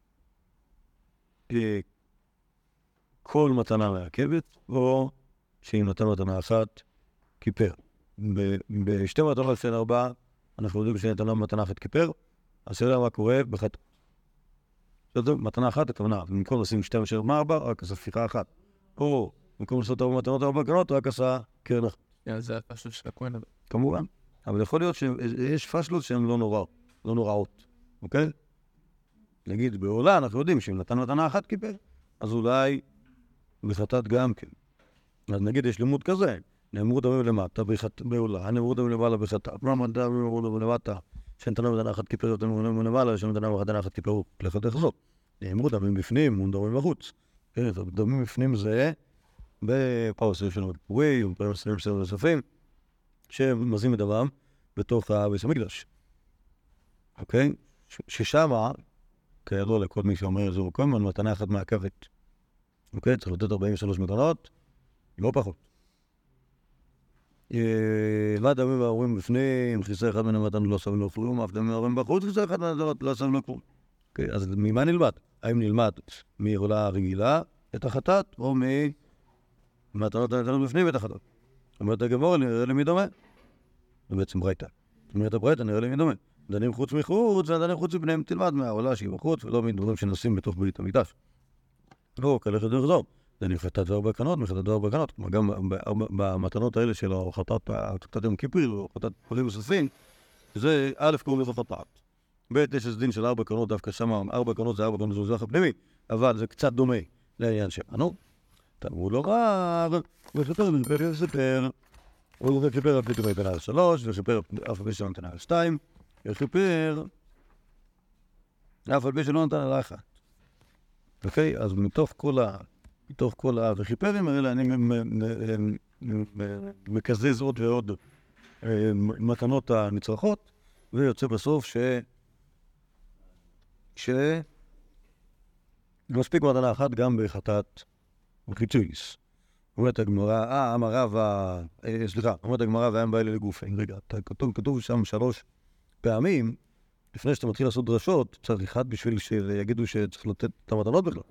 כל מתנה מעכבת, או שהיא נתנה מתנה אחת כיפר. בשתי מתנות של ארבעה, אנחנו יודעים שנתנה מתנה אחת כיפר, השאלה מה קורה בחטאת. מתנה אחת, הכוונה, במקום לשים שתי משאר מארבע, רק עשה ספיחה אחת. או במקום לעשות ארבע מתנות ארבע קרנות, רק עשה קרן אחת. זה הפשלות של הכהן הזה. כמובן. אבל יכול להיות שיש פשלות שהן לא נורא, לא נוראות. אוקיי? נגיד, בעולה אנחנו יודעים שאם נתן מתנה אחת כיפר, אז אולי בחטאת גם כן. אז נגיד, יש לימוד כזה, נאמרו דמים למטה בעולה, נאמרו דמים למעלה בחטאת. מה מדע נאמרו דמים למטה, שנתנה מתנה אחת כיפר, יותר נאמרו למעלה, שנתנה מתנה אחת כיפר, לחטאת זאת. נאמרו דמים בפנים, ודמים בחוץ. כן, דמים בפנים זה בפרסים שלנו בפורי, ובפרסים שלנו נוספים, שמזים את דמם בתוך בית המקדש. אוקיי? ששמה, כידוע לכל מי שאומר את זה, הוא כל הזמן מתנה אחת מעכבת. אוקיי? צריך לתת ארבעים ושלוש מתנות, לא פחות. מה דמים והאורים בפנים, כיסא אחד מן המתנות לא סבל לו כלום, אף דמים והאורים בחוץ, כיסא אחד מן המתנות לא סבל לו כלום. אז ממה נלמד? האם נלמד מעולה רגילה את החטאת, או ממתנות הנתנות בפנים את החטאת? אומרת הגמרא, נראה למי דומה. זה בעצם ברייתא. אומרת הברייתא, נראה למי דומה. דנים חוץ מחוץ, והדנים חוץ מפניהם תלמד מהעולה שהיא בחוץ, ולא מדברים שנשים בתוך בית המקדש. לא, כלכת דרך זו. דנים חטאת וארבע קנות, מחטאת וארבע קנות. כלומר, גם במתנות האלה של החטאת יום כיפור, או חטאת חולים וסופים, זה א' קוראים לזה חטאת. ב' יש איזה דין של ארבע קנות, דווקא שם ארבע קנות זה ארבע קנות זו זך הפנימי, אבל זה קצת דומה לעניין שלנו. תלמוד לומר, וספר וספר וספר, הוא סיפר על פתאומי בן על שלוש, וסיפר אף על פי שלא נתן על שתיים, וסיפר אף על פי שלא נתן על אחת. אוקיי? אז מתוך כל ה... מתוך כל החיפרים האלה אני מקזז עוד ועוד מתנות הנצרכות, ויוצא בסוף ש... ש... מספיק מתנה אחת גם בחטאת חיצויס. אומרת הגמרא, אה, אמר רב, סליחה, אומרת הגמרא, והם בא אלה לגופי. רגע, כתוב, כתוב שם שלוש פעמים, לפני שאתה מתחיל לעשות דרשות, צריך אחד בשביל שיגידו שצריך לתת את המתנות בכלל.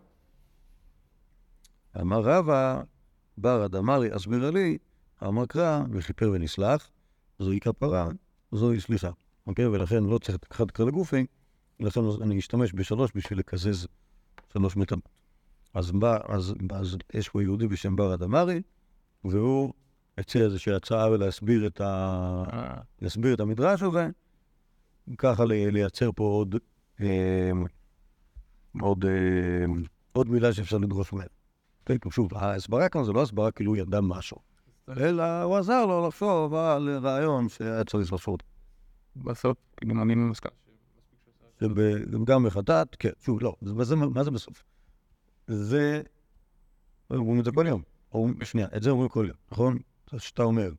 אמר רבא, ברד אמרי, אסביר לי, אמר קרא, וכיפר ונסלח, זוהי כפרה, זוהי סליחה. אוקיי? ולכן לא צריך אחד כלל לגופי, ולכן אני אשתמש בשלוש בשביל לקזז שלוש מתנות. אז, אז, אז יש פה יהודי בשם ברד אמרי, והוא הציע איזושהי הצעה להסביר את, ה... להסביר את המדרש הזה, ככה לייצר פה עוד, אה, עוד, אה, עוד מילה שאפשר לדרוש ממנו. שוב, ההסברה כאן זה לא הסברה כאילו ידע משהו, אלא הוא עזר לו לחשוב על רעיון שהיה צריך לחשוב. בסוף, כאילו אני מסכים. גם בחטאת, כן, שוב, לא, מה זה בסוף? זה, אומרים את זה כל יום, שנייה, את זה אומרים כל יום, נכון? זה שאתה אומר,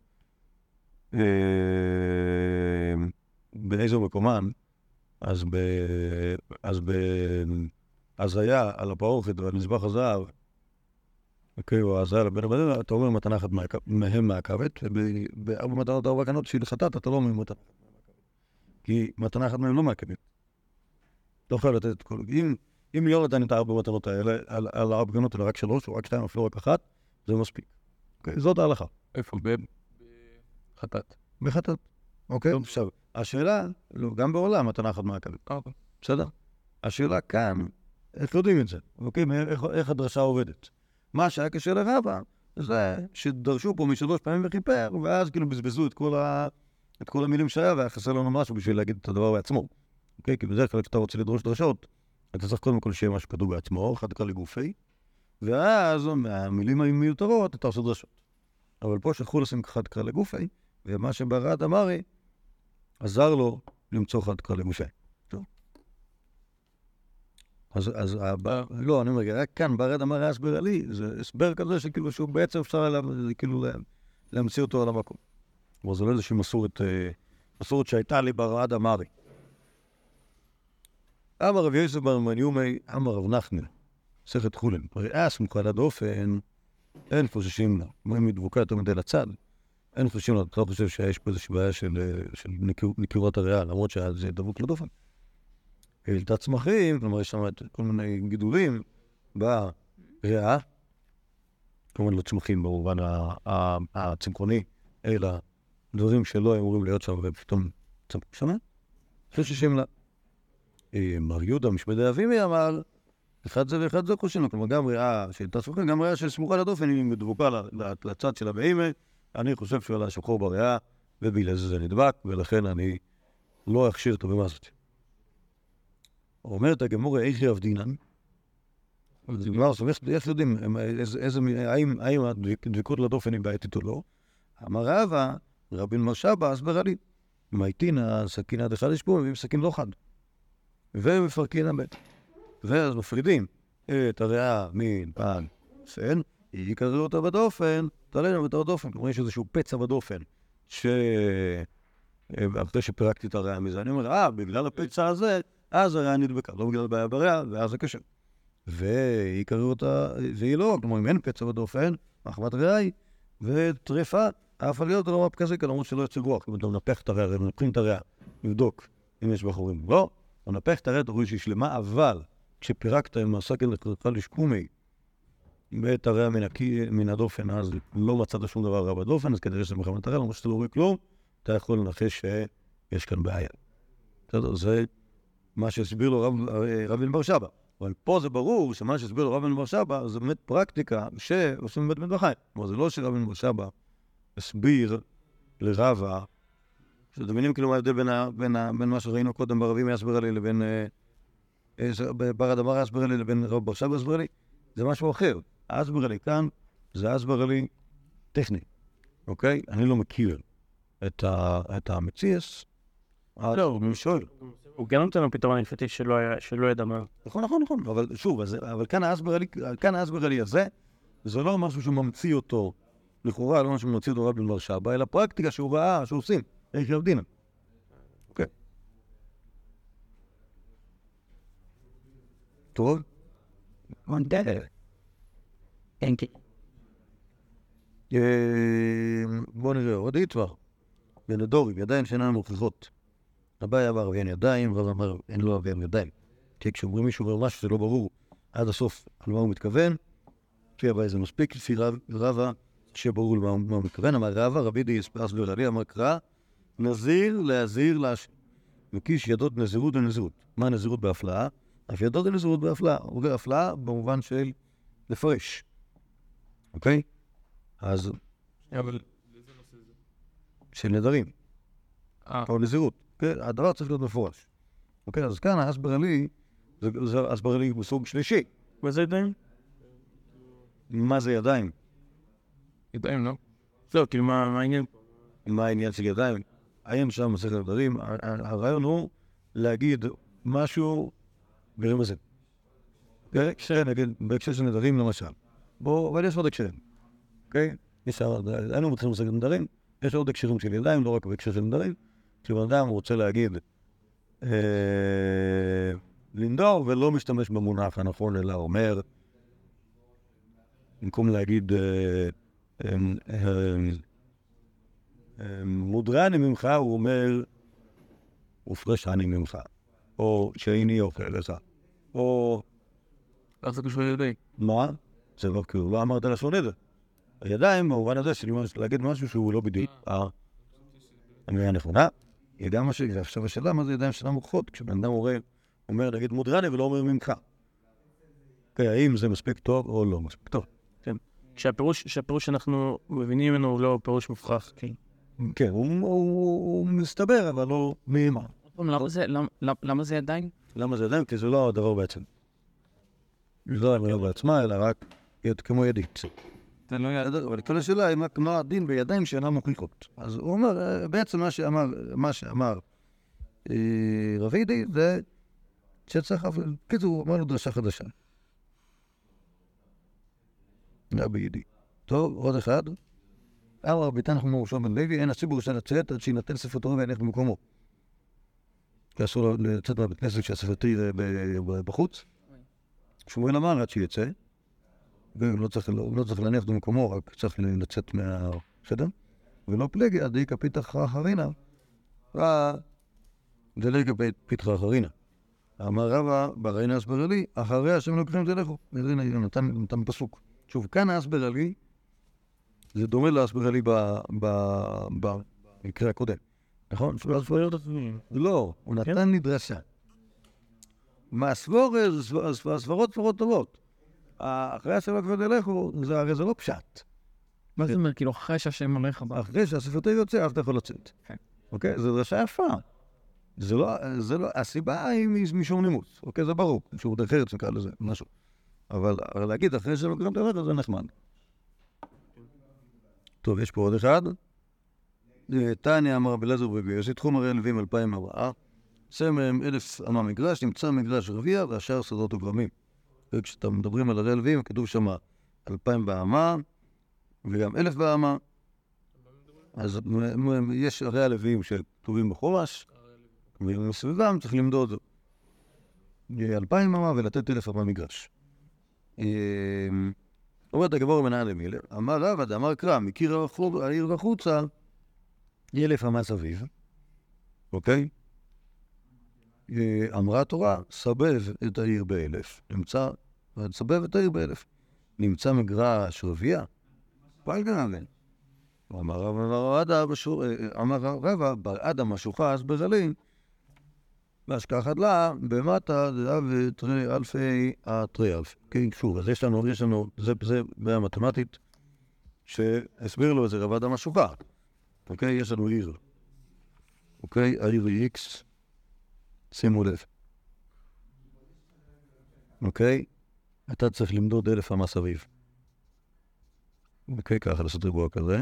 באיזה מקומן, אז ב... אז ב... אז היה על הפרוכת ועל מזבח הזהב, אוקיי, או אז היה לבן הבן, אתה אומר מתנה אחת מהם מהכבת, ובארבע מתנות ארבע קנות שהיא לחטאת, אתה לא אומר מתנה אחת מהם מהכבת. כי מתנה אחת מהם לא מהכבת. לא חייב לתת את כל... אם, אם לא נתן את הארבע מתנות האלה, על, על ארבע קנות, אלא רק שלוש, או רק שתיים, אפילו רק אחת, זה מספיק. אוקיי, זאת ההלכה. איפה? בחטאת. בחטאת. אוקיי? עכשיו, השאלה, לא, גם בעולם מתנה אחת מהכבת. בסדר? השאלה כאן, איך יודעים את זה? אוקיי? איך, איך הדרשה עובדת? מה שהיה קשה לרבא, זה שדרשו פה משלוש פעמים וכיפר, ואז כאילו בזבזו את כל, ה... את כל המילים שהיה, והיה חסר לנו משהו בשביל להגיד את הדבר בעצמו. אוקיי? כי בדרך כלל כשאתה רוצה לדרוש דרשות, אתה צריך קודם כל שיהיה משהו כתוב בעצמו, אחד כך לגופי, ואז מהמילים המיותרות אתה עושה דרשות. אבל פה שכחו לשים אחד כך לגופי, ומה שברד אמרי עזר לו למצוא אחד כך לגופי. אז, אז, לא, אני אומר, רק כאן, ברד אמר הסבר לי, זה הסבר כזה שכאילו שהוא בעצם אפשר לה, כאילו להמציא אותו על המקום. אבל זו לא איזושהי מסורת, מסורת שהייתה לי ברד אמרי. אמר רב יוסף בר מניומי, אמר רב נחמן, מסכת חולין, ראה סמוכה לדופן, אין חוששים לה, אומרים מדבוקה יותר מדי לצד, אין חוששים לה, אתה לא חושב שיש פה איזושהי בעיה של, של נקירות הריאה, למרות שזה דבוק לדופן. העלתה צמחים, כלומר יש שם כל מיני גידולים בריאה, כלומר לא צמחים במובן הצמחוני, אלא דברים שלא אמורים להיות שם ופתאום צמחים שם, חוששים לה. מר יהודה משמדי אבימי אמר, אחד זה ואחד זה חוששים לה, כלומר גם ריאה שהעלתה צמחים, גם ריאה של סמוכה לדופן, היא מדבוקה לצד של הבהמה, אני חושב שהוא עלה שחור בריאה, ובגלל זה זה נדבק, ולכן אני לא אכשיר את הבהמה הזאת. אומרת הגמור, איך יעבדינן? איך יודעים, האם הדבקות לדופן היא בעייתית או לא? אמר רבא, רבין מרשבא, הסברה לי, מייטין הסכין עד אחד יש פה, מביאים סכין לא חד. ומפרקין הבט. ואז מפרידים את הריאה מן פן פן, יקררו אותה בדופן, תעלינו את הדופן. כלומר, יש איזשהו פצע בדופן, שאחרי שפרקתי את הריאה מזה, אני אומר, אה, בגלל הפצע הזה, אז הריאה נדבקה, לא בגלל בעיה בריאה, ואז זה קשה. ויקררו אותה, והיא לא, כלומר, אם אין פצע בדופן, מחמת ריאה היא, וטרפה, אף עליות זה לא מפ כזה, כי למרות שלא יוצא רוח, אם אתה מנפח את הריאה, מנפחים את הריאה, לבדוק אם יש בחורים. לא, אתה מנפח את הריאה, אתה רואה שהיא שלמה, אבל כשפירקת עם הסקל לקרקה לשקומי, ואת הריאה מן הדופן, אז לא מצאת שום דבר רע בדופן, אז כנראה שזה מחמת הריאה, למרות שאתה לא רואה כלום, אתה יכול לנחש שיש כאן בעיה. זה מה שהסביר לו רב, רב בן בר שבע. אבל פה זה ברור שמה שהסביר לו רב בן בר שבע זה באמת פרקטיקה שעושים בבית מטבחיים. כלומר, זה לא שרב בן בר שבע הסביר לרבה, שאתם מבינים כאילו מה ההבדל בין, בין, בין מה שראינו קודם ברבים יסביר לי לבין בר אדמר יסביר לי לבין רב בר שבע יסביר לי, זה משהו אחר. הסביר לי כאן זה הסביר לי טכני, אוקיי? אני לא מכיר את, ה, את המציאס. לא, הוא שואל. הוא גם נותן לו פתרון הלכתי שלא ידע מה. נכון, נכון, נכון, אבל שוב, אבל כאן ההסבר לי הזה, זה לא משהו שממציא אותו, לכאורה, לא משהו שממציא אותו רב בן בר שבע, אלא פרקטיקה שהוא ראה, שעושים, איך יבדינה. אוקיי. טוב? בואו נראה, עוד יצבר. בנדורי, ידיים שאינן מוכיחות. הבעיה אמר, אין ידיים, רב אמר, אין לו ואין ידיים. כי כשאומרים מישהו אומר משהו, זה לא ברור עד הסוף על מה הוא מתכוון. לפי הבעיה זה מספיק, לפי רבא, שברור למה הוא מתכוון. אמר רבא, רבי די אספרס ברלי, אמר קרא, נזיר להזיר להשם. וקיש ידות נזירות ונזירות. מה נזירות בהפלאה? אף ידות נזירות בהפלאה. הוא אומר הפלאה במובן של לפרש. אוקיי? אז... אבל... של נדרים. או נזירות. הדבר צריך להיות מפורש. אוקיי, אז כאן ההסבר לי, זה הסבר לי בסוג שלישי. מה זה ידיים? מה זה ידיים? ידיים, לא? לא, כאילו מה העניין? מה העניין של ידיים? העניין שם מסכת נדרים, הרעיון הוא להגיד משהו ברמזים. כן, נגיד, בהקשר של נדרים למשל. בואו, אבל יש עוד הקשרים. אוקיי? היינו מתחילים מסכת נדרים, יש עוד הקשרים של ידיים, לא רק בהקשר של נדרים. כשבן אדם רוצה להגיד לנדור ולא משתמש במונח הנכון, אלא אומר, במקום להגיד מודרני ממך, הוא אומר ופרשני ממך, או שאיני אוכל לך, או... איך זה קשור לידי? מה? זה לא כאילו, לא אמרת לשון את זה. הידיים, במובן הזה שלי להגיד משהו שהוא לא בדיוק המילה נכונה. ידיים מה שזה, עכשיו השאלה מה זה ידיים שאלה מוכחות, כשבן אדם אומר להגיד מודרני ולא אומר ממך. האם זה מספיק טוב או לא מספיק טוב? כן. שהפירוש שאנחנו מבינים ממנו הוא לא פירוש מופרך. כן, הוא מסתבר, אבל לא מהימה. למה זה ידיים? למה זה ידיים? כי זה לא הדבר בעצם. זה לא הדבר בעצמה, אלא רק כמו ידית. אבל כל השאלה היא מה הדין בידיים שאינם מוכיחות. אז הוא אומר, בעצם מה שאמר, מה שאמר רבידי זה שצריך, כאילו הוא אמר לו דרשה חדשה. זה בידי. טוב, עוד אחד. אמר רביתן אנחנו מראשון בן לוי, אין הציבור ראשון לצאת עד שינתן ספר תורה ואינך במקומו. כי אסור לצאת מהבית כנסת כשהספרתי בחוץ. שומרים למען עד שיצא. ולא צריך, לא צריך להניח במקומו, רק צריך לצאת מהחדר. ולא פלגי, עד דאיקה פיתח אחרינה. ראה, דלגה פיתח אחרינה. אמר רבא, בראינה הסבר לי, אחריה שהם לוקחים תלכו. הנה, נתן, נתן פסוק. שוב, כאן ההסבר לי, זה דומה להסבר לי במקרה הקודם. נכון? לא, הוא נתן לי דרשה. מהסבור, הסברות סברות טובות. אחרי הספר כבר תלכו, הרי זה לא פשט. מה זה אומר? כאילו אחרי שהשם הולך הבא. אחרי שהספר יוצא, אז אתה יכול לצאת. אוקיי? זו דרשה יפה. זה לא, זה לא, הסיבה היא משום נימוס. אוקיי? זה ברור. שירות אחרת נקרא לזה, משהו. אבל להגיד אחרי שלא קרם תלכו, זה נחמד. טוב, יש פה עוד אחד. תניא אמר רבי אליעזר בן גרשי, תחום הרי הלווים אלפיים ארבעה. צא מהם אלף אמה מגרש, נמצא מגרש רביע, והשאר שדות וגרמים. וכשאתם מדברים על הרי הלווים, כתוב שם אלפיים באמה, וגם אלף באמה. אז יש הרי הלווים שכתובים בחומש, ומסביבם צריך למדוד אלפיים אמה ולתת אלף אמה מגרש. אומרת הגבור מנהל למילה, אמר רבא, אמר קרא, מכיר העיר וחוצה, אלף אמה סביב, אוקיי? אמרה התורה, סבב את העיר באלף, נמצא, סבב את העיר באלף, נמצא מגרש רביע, פלגן, אמר רבא, באדם משוחס בזלים, והשכחת לה, במטה, זה ותרי אלפי התרי אלפי. כן, שוב, אז יש לנו, יש לנו, זה, זה בעיה מתמטית, שהסביר לו את זה רב אדם משוחס. אוקיי, יש לנו עיר. אוקיי, העיר היא X, שימו לב. אוקיי, אתה צריך למדוד אלף אמה סביב. אוקיי, ככה לעשות ריבוע כזה.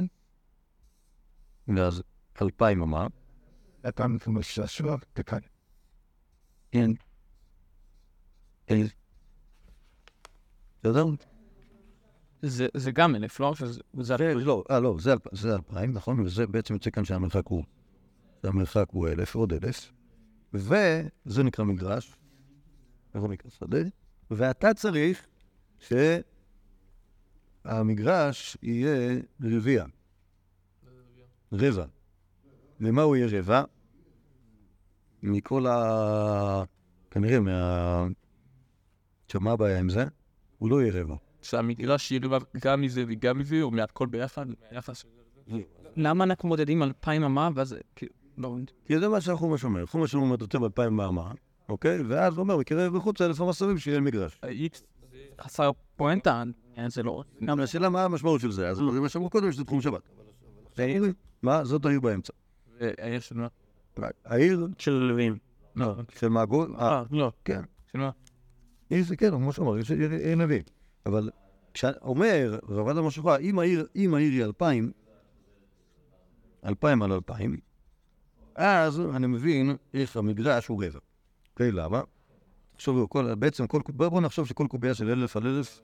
ואז אלפיים אמה. אתה מפומש שוע, תקן. כן. כן. בסדר? זה גם אלף, לא? לא, אה, לא, זה אלפיים, נכון? וזה בעצם יוצא כאן שהמרחק הוא, המרחק הוא אלף, עוד אלף. וזה נקרא מגרש. איך הוא נקרא שדה? ואתה צריך שהמגרש יהיה רביע. רבע. ומה הוא יהיה רבע? מכל ה... כנראה מה... שמה הבעיה עם זה? הוא לא יהיה רבע. שהמגרש יהיה רבע גם מזה וגם מזה, או מהכל ביחד? למה אנחנו מודדים אלפיים אמה, ואז... כי זה מה שהחומש אומר. חומש אומר יותר אלפיים אמה, אוקיי? ואז הוא אומר, מקרב בחוץ אלף אמה סביב שיהיה מגרש. חסר פואנטה, זה לא... גם השאלה מה המשמעות של זה, אז זה מה שאמרו קודם, שזה תחום שבת. מה? זאת העיר באמצע. העיר של מה? העיר של לווים. לא. של מעגול? אה, לא. כן. של מה? עיר זה כן, כמו שאומר, עיר נביא. אבל כשאומר, רב אדם משוחס, אם העיר היא אלפיים, אלפיים על אלפיים, אז אני מבין איך המגרש הוא רבע. אוקיי, למה? תחשוב, בעצם, בואו נחשוב שכל קובייה של אלף על אלף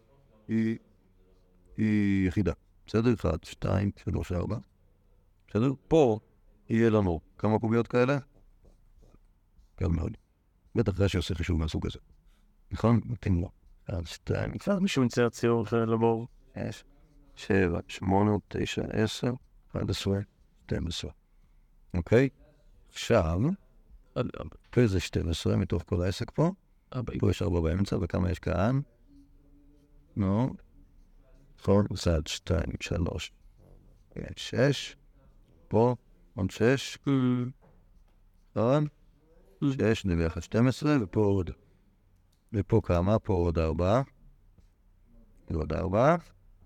היא יחידה. בסדר? אחד, שתיים, שלוש, ארבע. בסדר? פה יהיה לנו כמה קוביות כאלה? קל מאוד. בטח רש"י עושה חישוב מהסוג הזה. נכון? מתאים לו. אחד, שתיים. כבר מישהו מצייר ציור לבור. יש. שבע, שמונה, תשע, עשר, אחד עשרה, שתים עשרה. אוקיי? עכשיו, פה זה שתים עשרה מתוך כל העסק פה. פה יש ארבע באמצע, וכמה יש כאן? נו. נכון? צד, שתיים, שלוש. שש. פה, עוד שש. נכון? שש, נביא אחד, שתים עשרה, ופה עוד. ופה כמה? פה עוד ארבע. ועוד ארבע.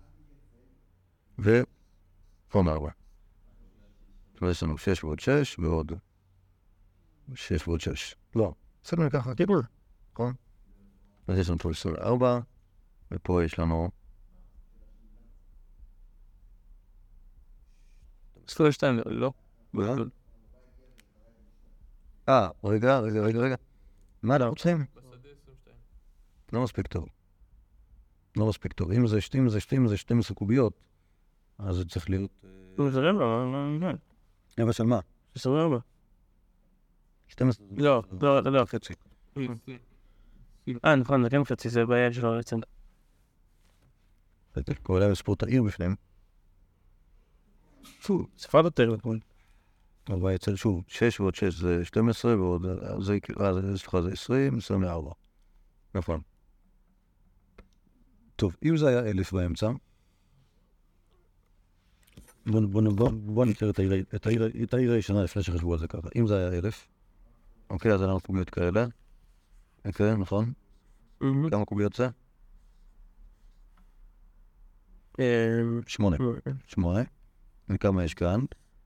ועוד ארבע. אז יש לנו שש ועוד שש, ועוד שש ועוד שש. לא. עשינו ככה, טיפול. נכון? אז יש לנו פה עשרים וארבע, ופה יש לנו... עשרים ושתיים, לא? אה, רגע, רגע, רגע, רגע. מה אנחנו רוצים? לא מספיק טוב. לא מספיק טוב. אם זה שתים, זה שתים, זה שתים עשרה קוביות, אז זה צריך להיות... זה רבע, לא, לא, לא. רבע של מה? עשרים וארבע. שתים עשרה. לא, לא, לא. חצי. אה, נכון, זה כן חצי, זה בעיה שלו בעצם. קורא להם ספורט העיר בפניהם. פו, ספרד יותר נכון. אבל יצא שוב, שש ועוד שש זה שתים עשרה, ועוד זה יקרה, זה עשרים, עשרים וארבע. נכון. טוב, אם זה היה אלף באמצע, בואו נקרא את העיר הישנה לפני שחשבו על זה ככה. אם זה היה אלף, אוקיי, אז היה לנו קוביות כאלה. אוקיי, נכון? כמה קוביות זה? שמונה. שמונה. וכמה יש כאן?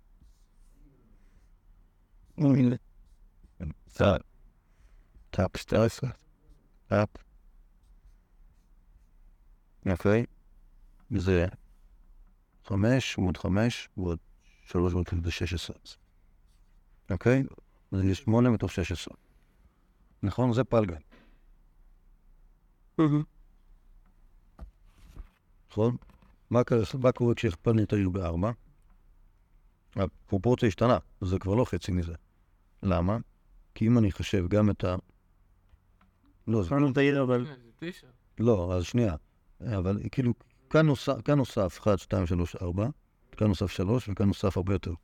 טאפ. טאפ, שתי עשרה. טאפ. אוקיי. וזה חמש, ועוד חמש, ועוד שלוש, ועוד שש עשרה. אוקיי? אז יש שמונה מתוך שש עשרה. נכון? זה פלגן. נכון? מה קורה כשהכפלנו את העיר בארבע? הפרופורציה השתנה, זה כבר לא חצי מזה. למה? כי אם אני חושב גם את ה... לא, זה... הכפלנו את העיר, אבל... לא, אז שנייה. אבל כאילו, כאן נוסף, כאן נוסף אחת, שתיים, שלוש, ארבע, כאן נוסף שלוש, וכאן נוסף הרבה יותר.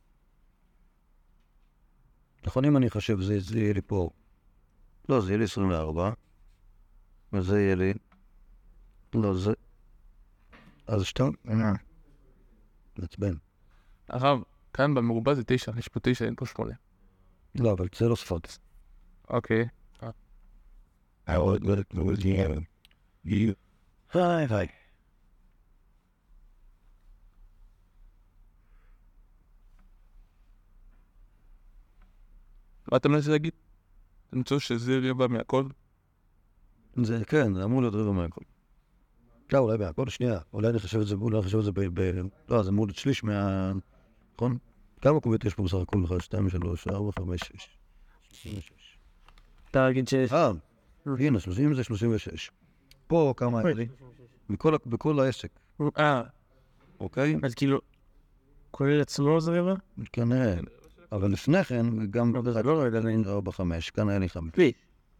נכון, אם אני חושב, זה, זה יהיה לי פה, לא, זה יהיה לי עשרים וארבע, וזה יהיה לי, לא, זה, אז שתיים, נצבן. הרב, כאן במרובע זה תשע, יש פה תשע, אין פה שמונה. לא, אבל זה לא ספרתי. אוקיי. היי, היי. מה אתה מנסה להגיד? אתה מצא שזה רבע מהכל? זה, כן, זה אמור להיות רבע מהכל. לא, אולי מהכל, שנייה. אולי אני חושב את זה, אולי אני חושב את זה ב... ב... לא, זה אמור להיות שליש מה... נכון? כמה קוביות יש פה בסך הכל? אחת, שתיים, שלוש, ארבע, חמש, שש. שלושים ושש. אתה להגיד ש... אה, הנה, שלושים זה שלושים ושש. פה כמה היה לי? בכל, בכל העסק, אה, אוקיי? אז כאילו... כולל עצמו זה רבע? כנראה. אבל לפני כן, גם... לא, לא, לא, לא, ארבע, חמש, כאן היה לי חמש. פי.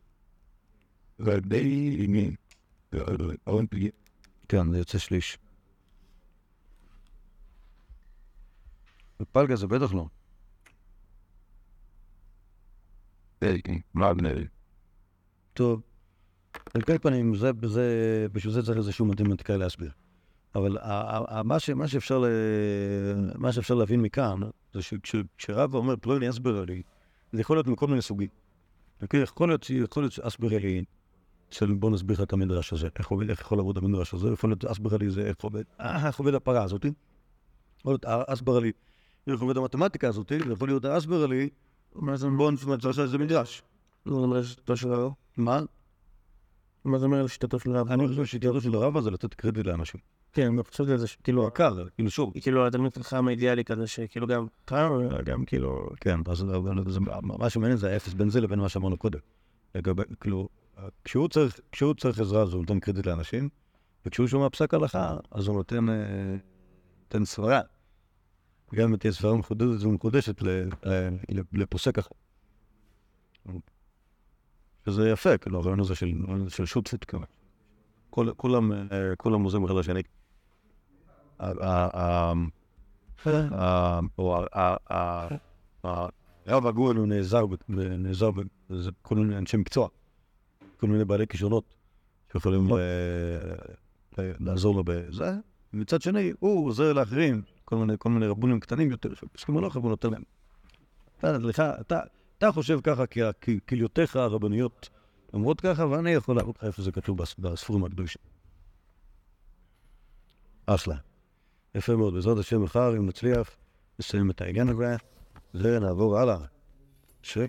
כן, זה יוצא שליש. בפלגה זה בטח לא. טוב. על כל פנים, זה, זה, בשביל זה צריך איזשהו מתמטיקאי להסביר. אבל ה- ה- מה ש- מה שאפשר ל- מה שאפשר להבין מכאן, זה שכשרב אומר פלוני אסבר לי, זה יכול להיות מכל מיני סוגים. אוקיי? יכול להיות יכול להיות אסבר לי של בוא נסביר לך את המדרש הזה, איך עובד, איך יכול לעבוד המדרש הזה, יכול להיות אסבר לי זה איך עובד, אה, איך עובד הפרה הזאת, יכול להיות אסבר לי איך עובד המתמטיקה הזאת, ויכול להיות אסבר לי, בוא נצטרך שזה מדרש. לא אומר לשיטתו של הרב? מה? מה זה אומר לשיטתו של הרב? אני חושב ששיטתו של הרב הזה לתת קרדיט לאנשים. כן, אני חושב שזה כאילו... עקר, כאילו שוב. כאילו התלמיד חכם האידיאלי כזה שכאילו גם... גם כאילו... כן, אז מה שמעניין זה האפס בין זה לבין מה שאמרנו קודם. לגבי, כאילו, כשהוא צריך, כשהוא צריך עזרה, אז הוא נותן קרדיט לאנשים, וכשהוא שומע פסק הלכה, אז הוא נותן, נותן סברה. גם אם תהיה סברה מחודשת ומקודשת לפוסק אחר. שזה יפה, כאילו, הרעיון הזה של שותפות, כאילו. כולם, כולם עוזרים אחד לשני. הרב הגאון הוא נעזר בכל מיני אנשי מקצוע, כל מיני בעלי כישרונות שיכולים לעזור לו בזה. ומצד שני, הוא עוזר לאחרים, כל מיני רבונים קטנים יותר, שפסקים הלוך הוא נותן להם. אתה חושב ככה כי כליותיך הרבניות אומרות ככה, ואני יכול להראות לך איפה זה כתוב בספרים הקדושים. אחלה. יפה מאוד, בעזרת השם מחר, אם נצליח, נסיים את העניין הזה, ונעבור הלאה. ש...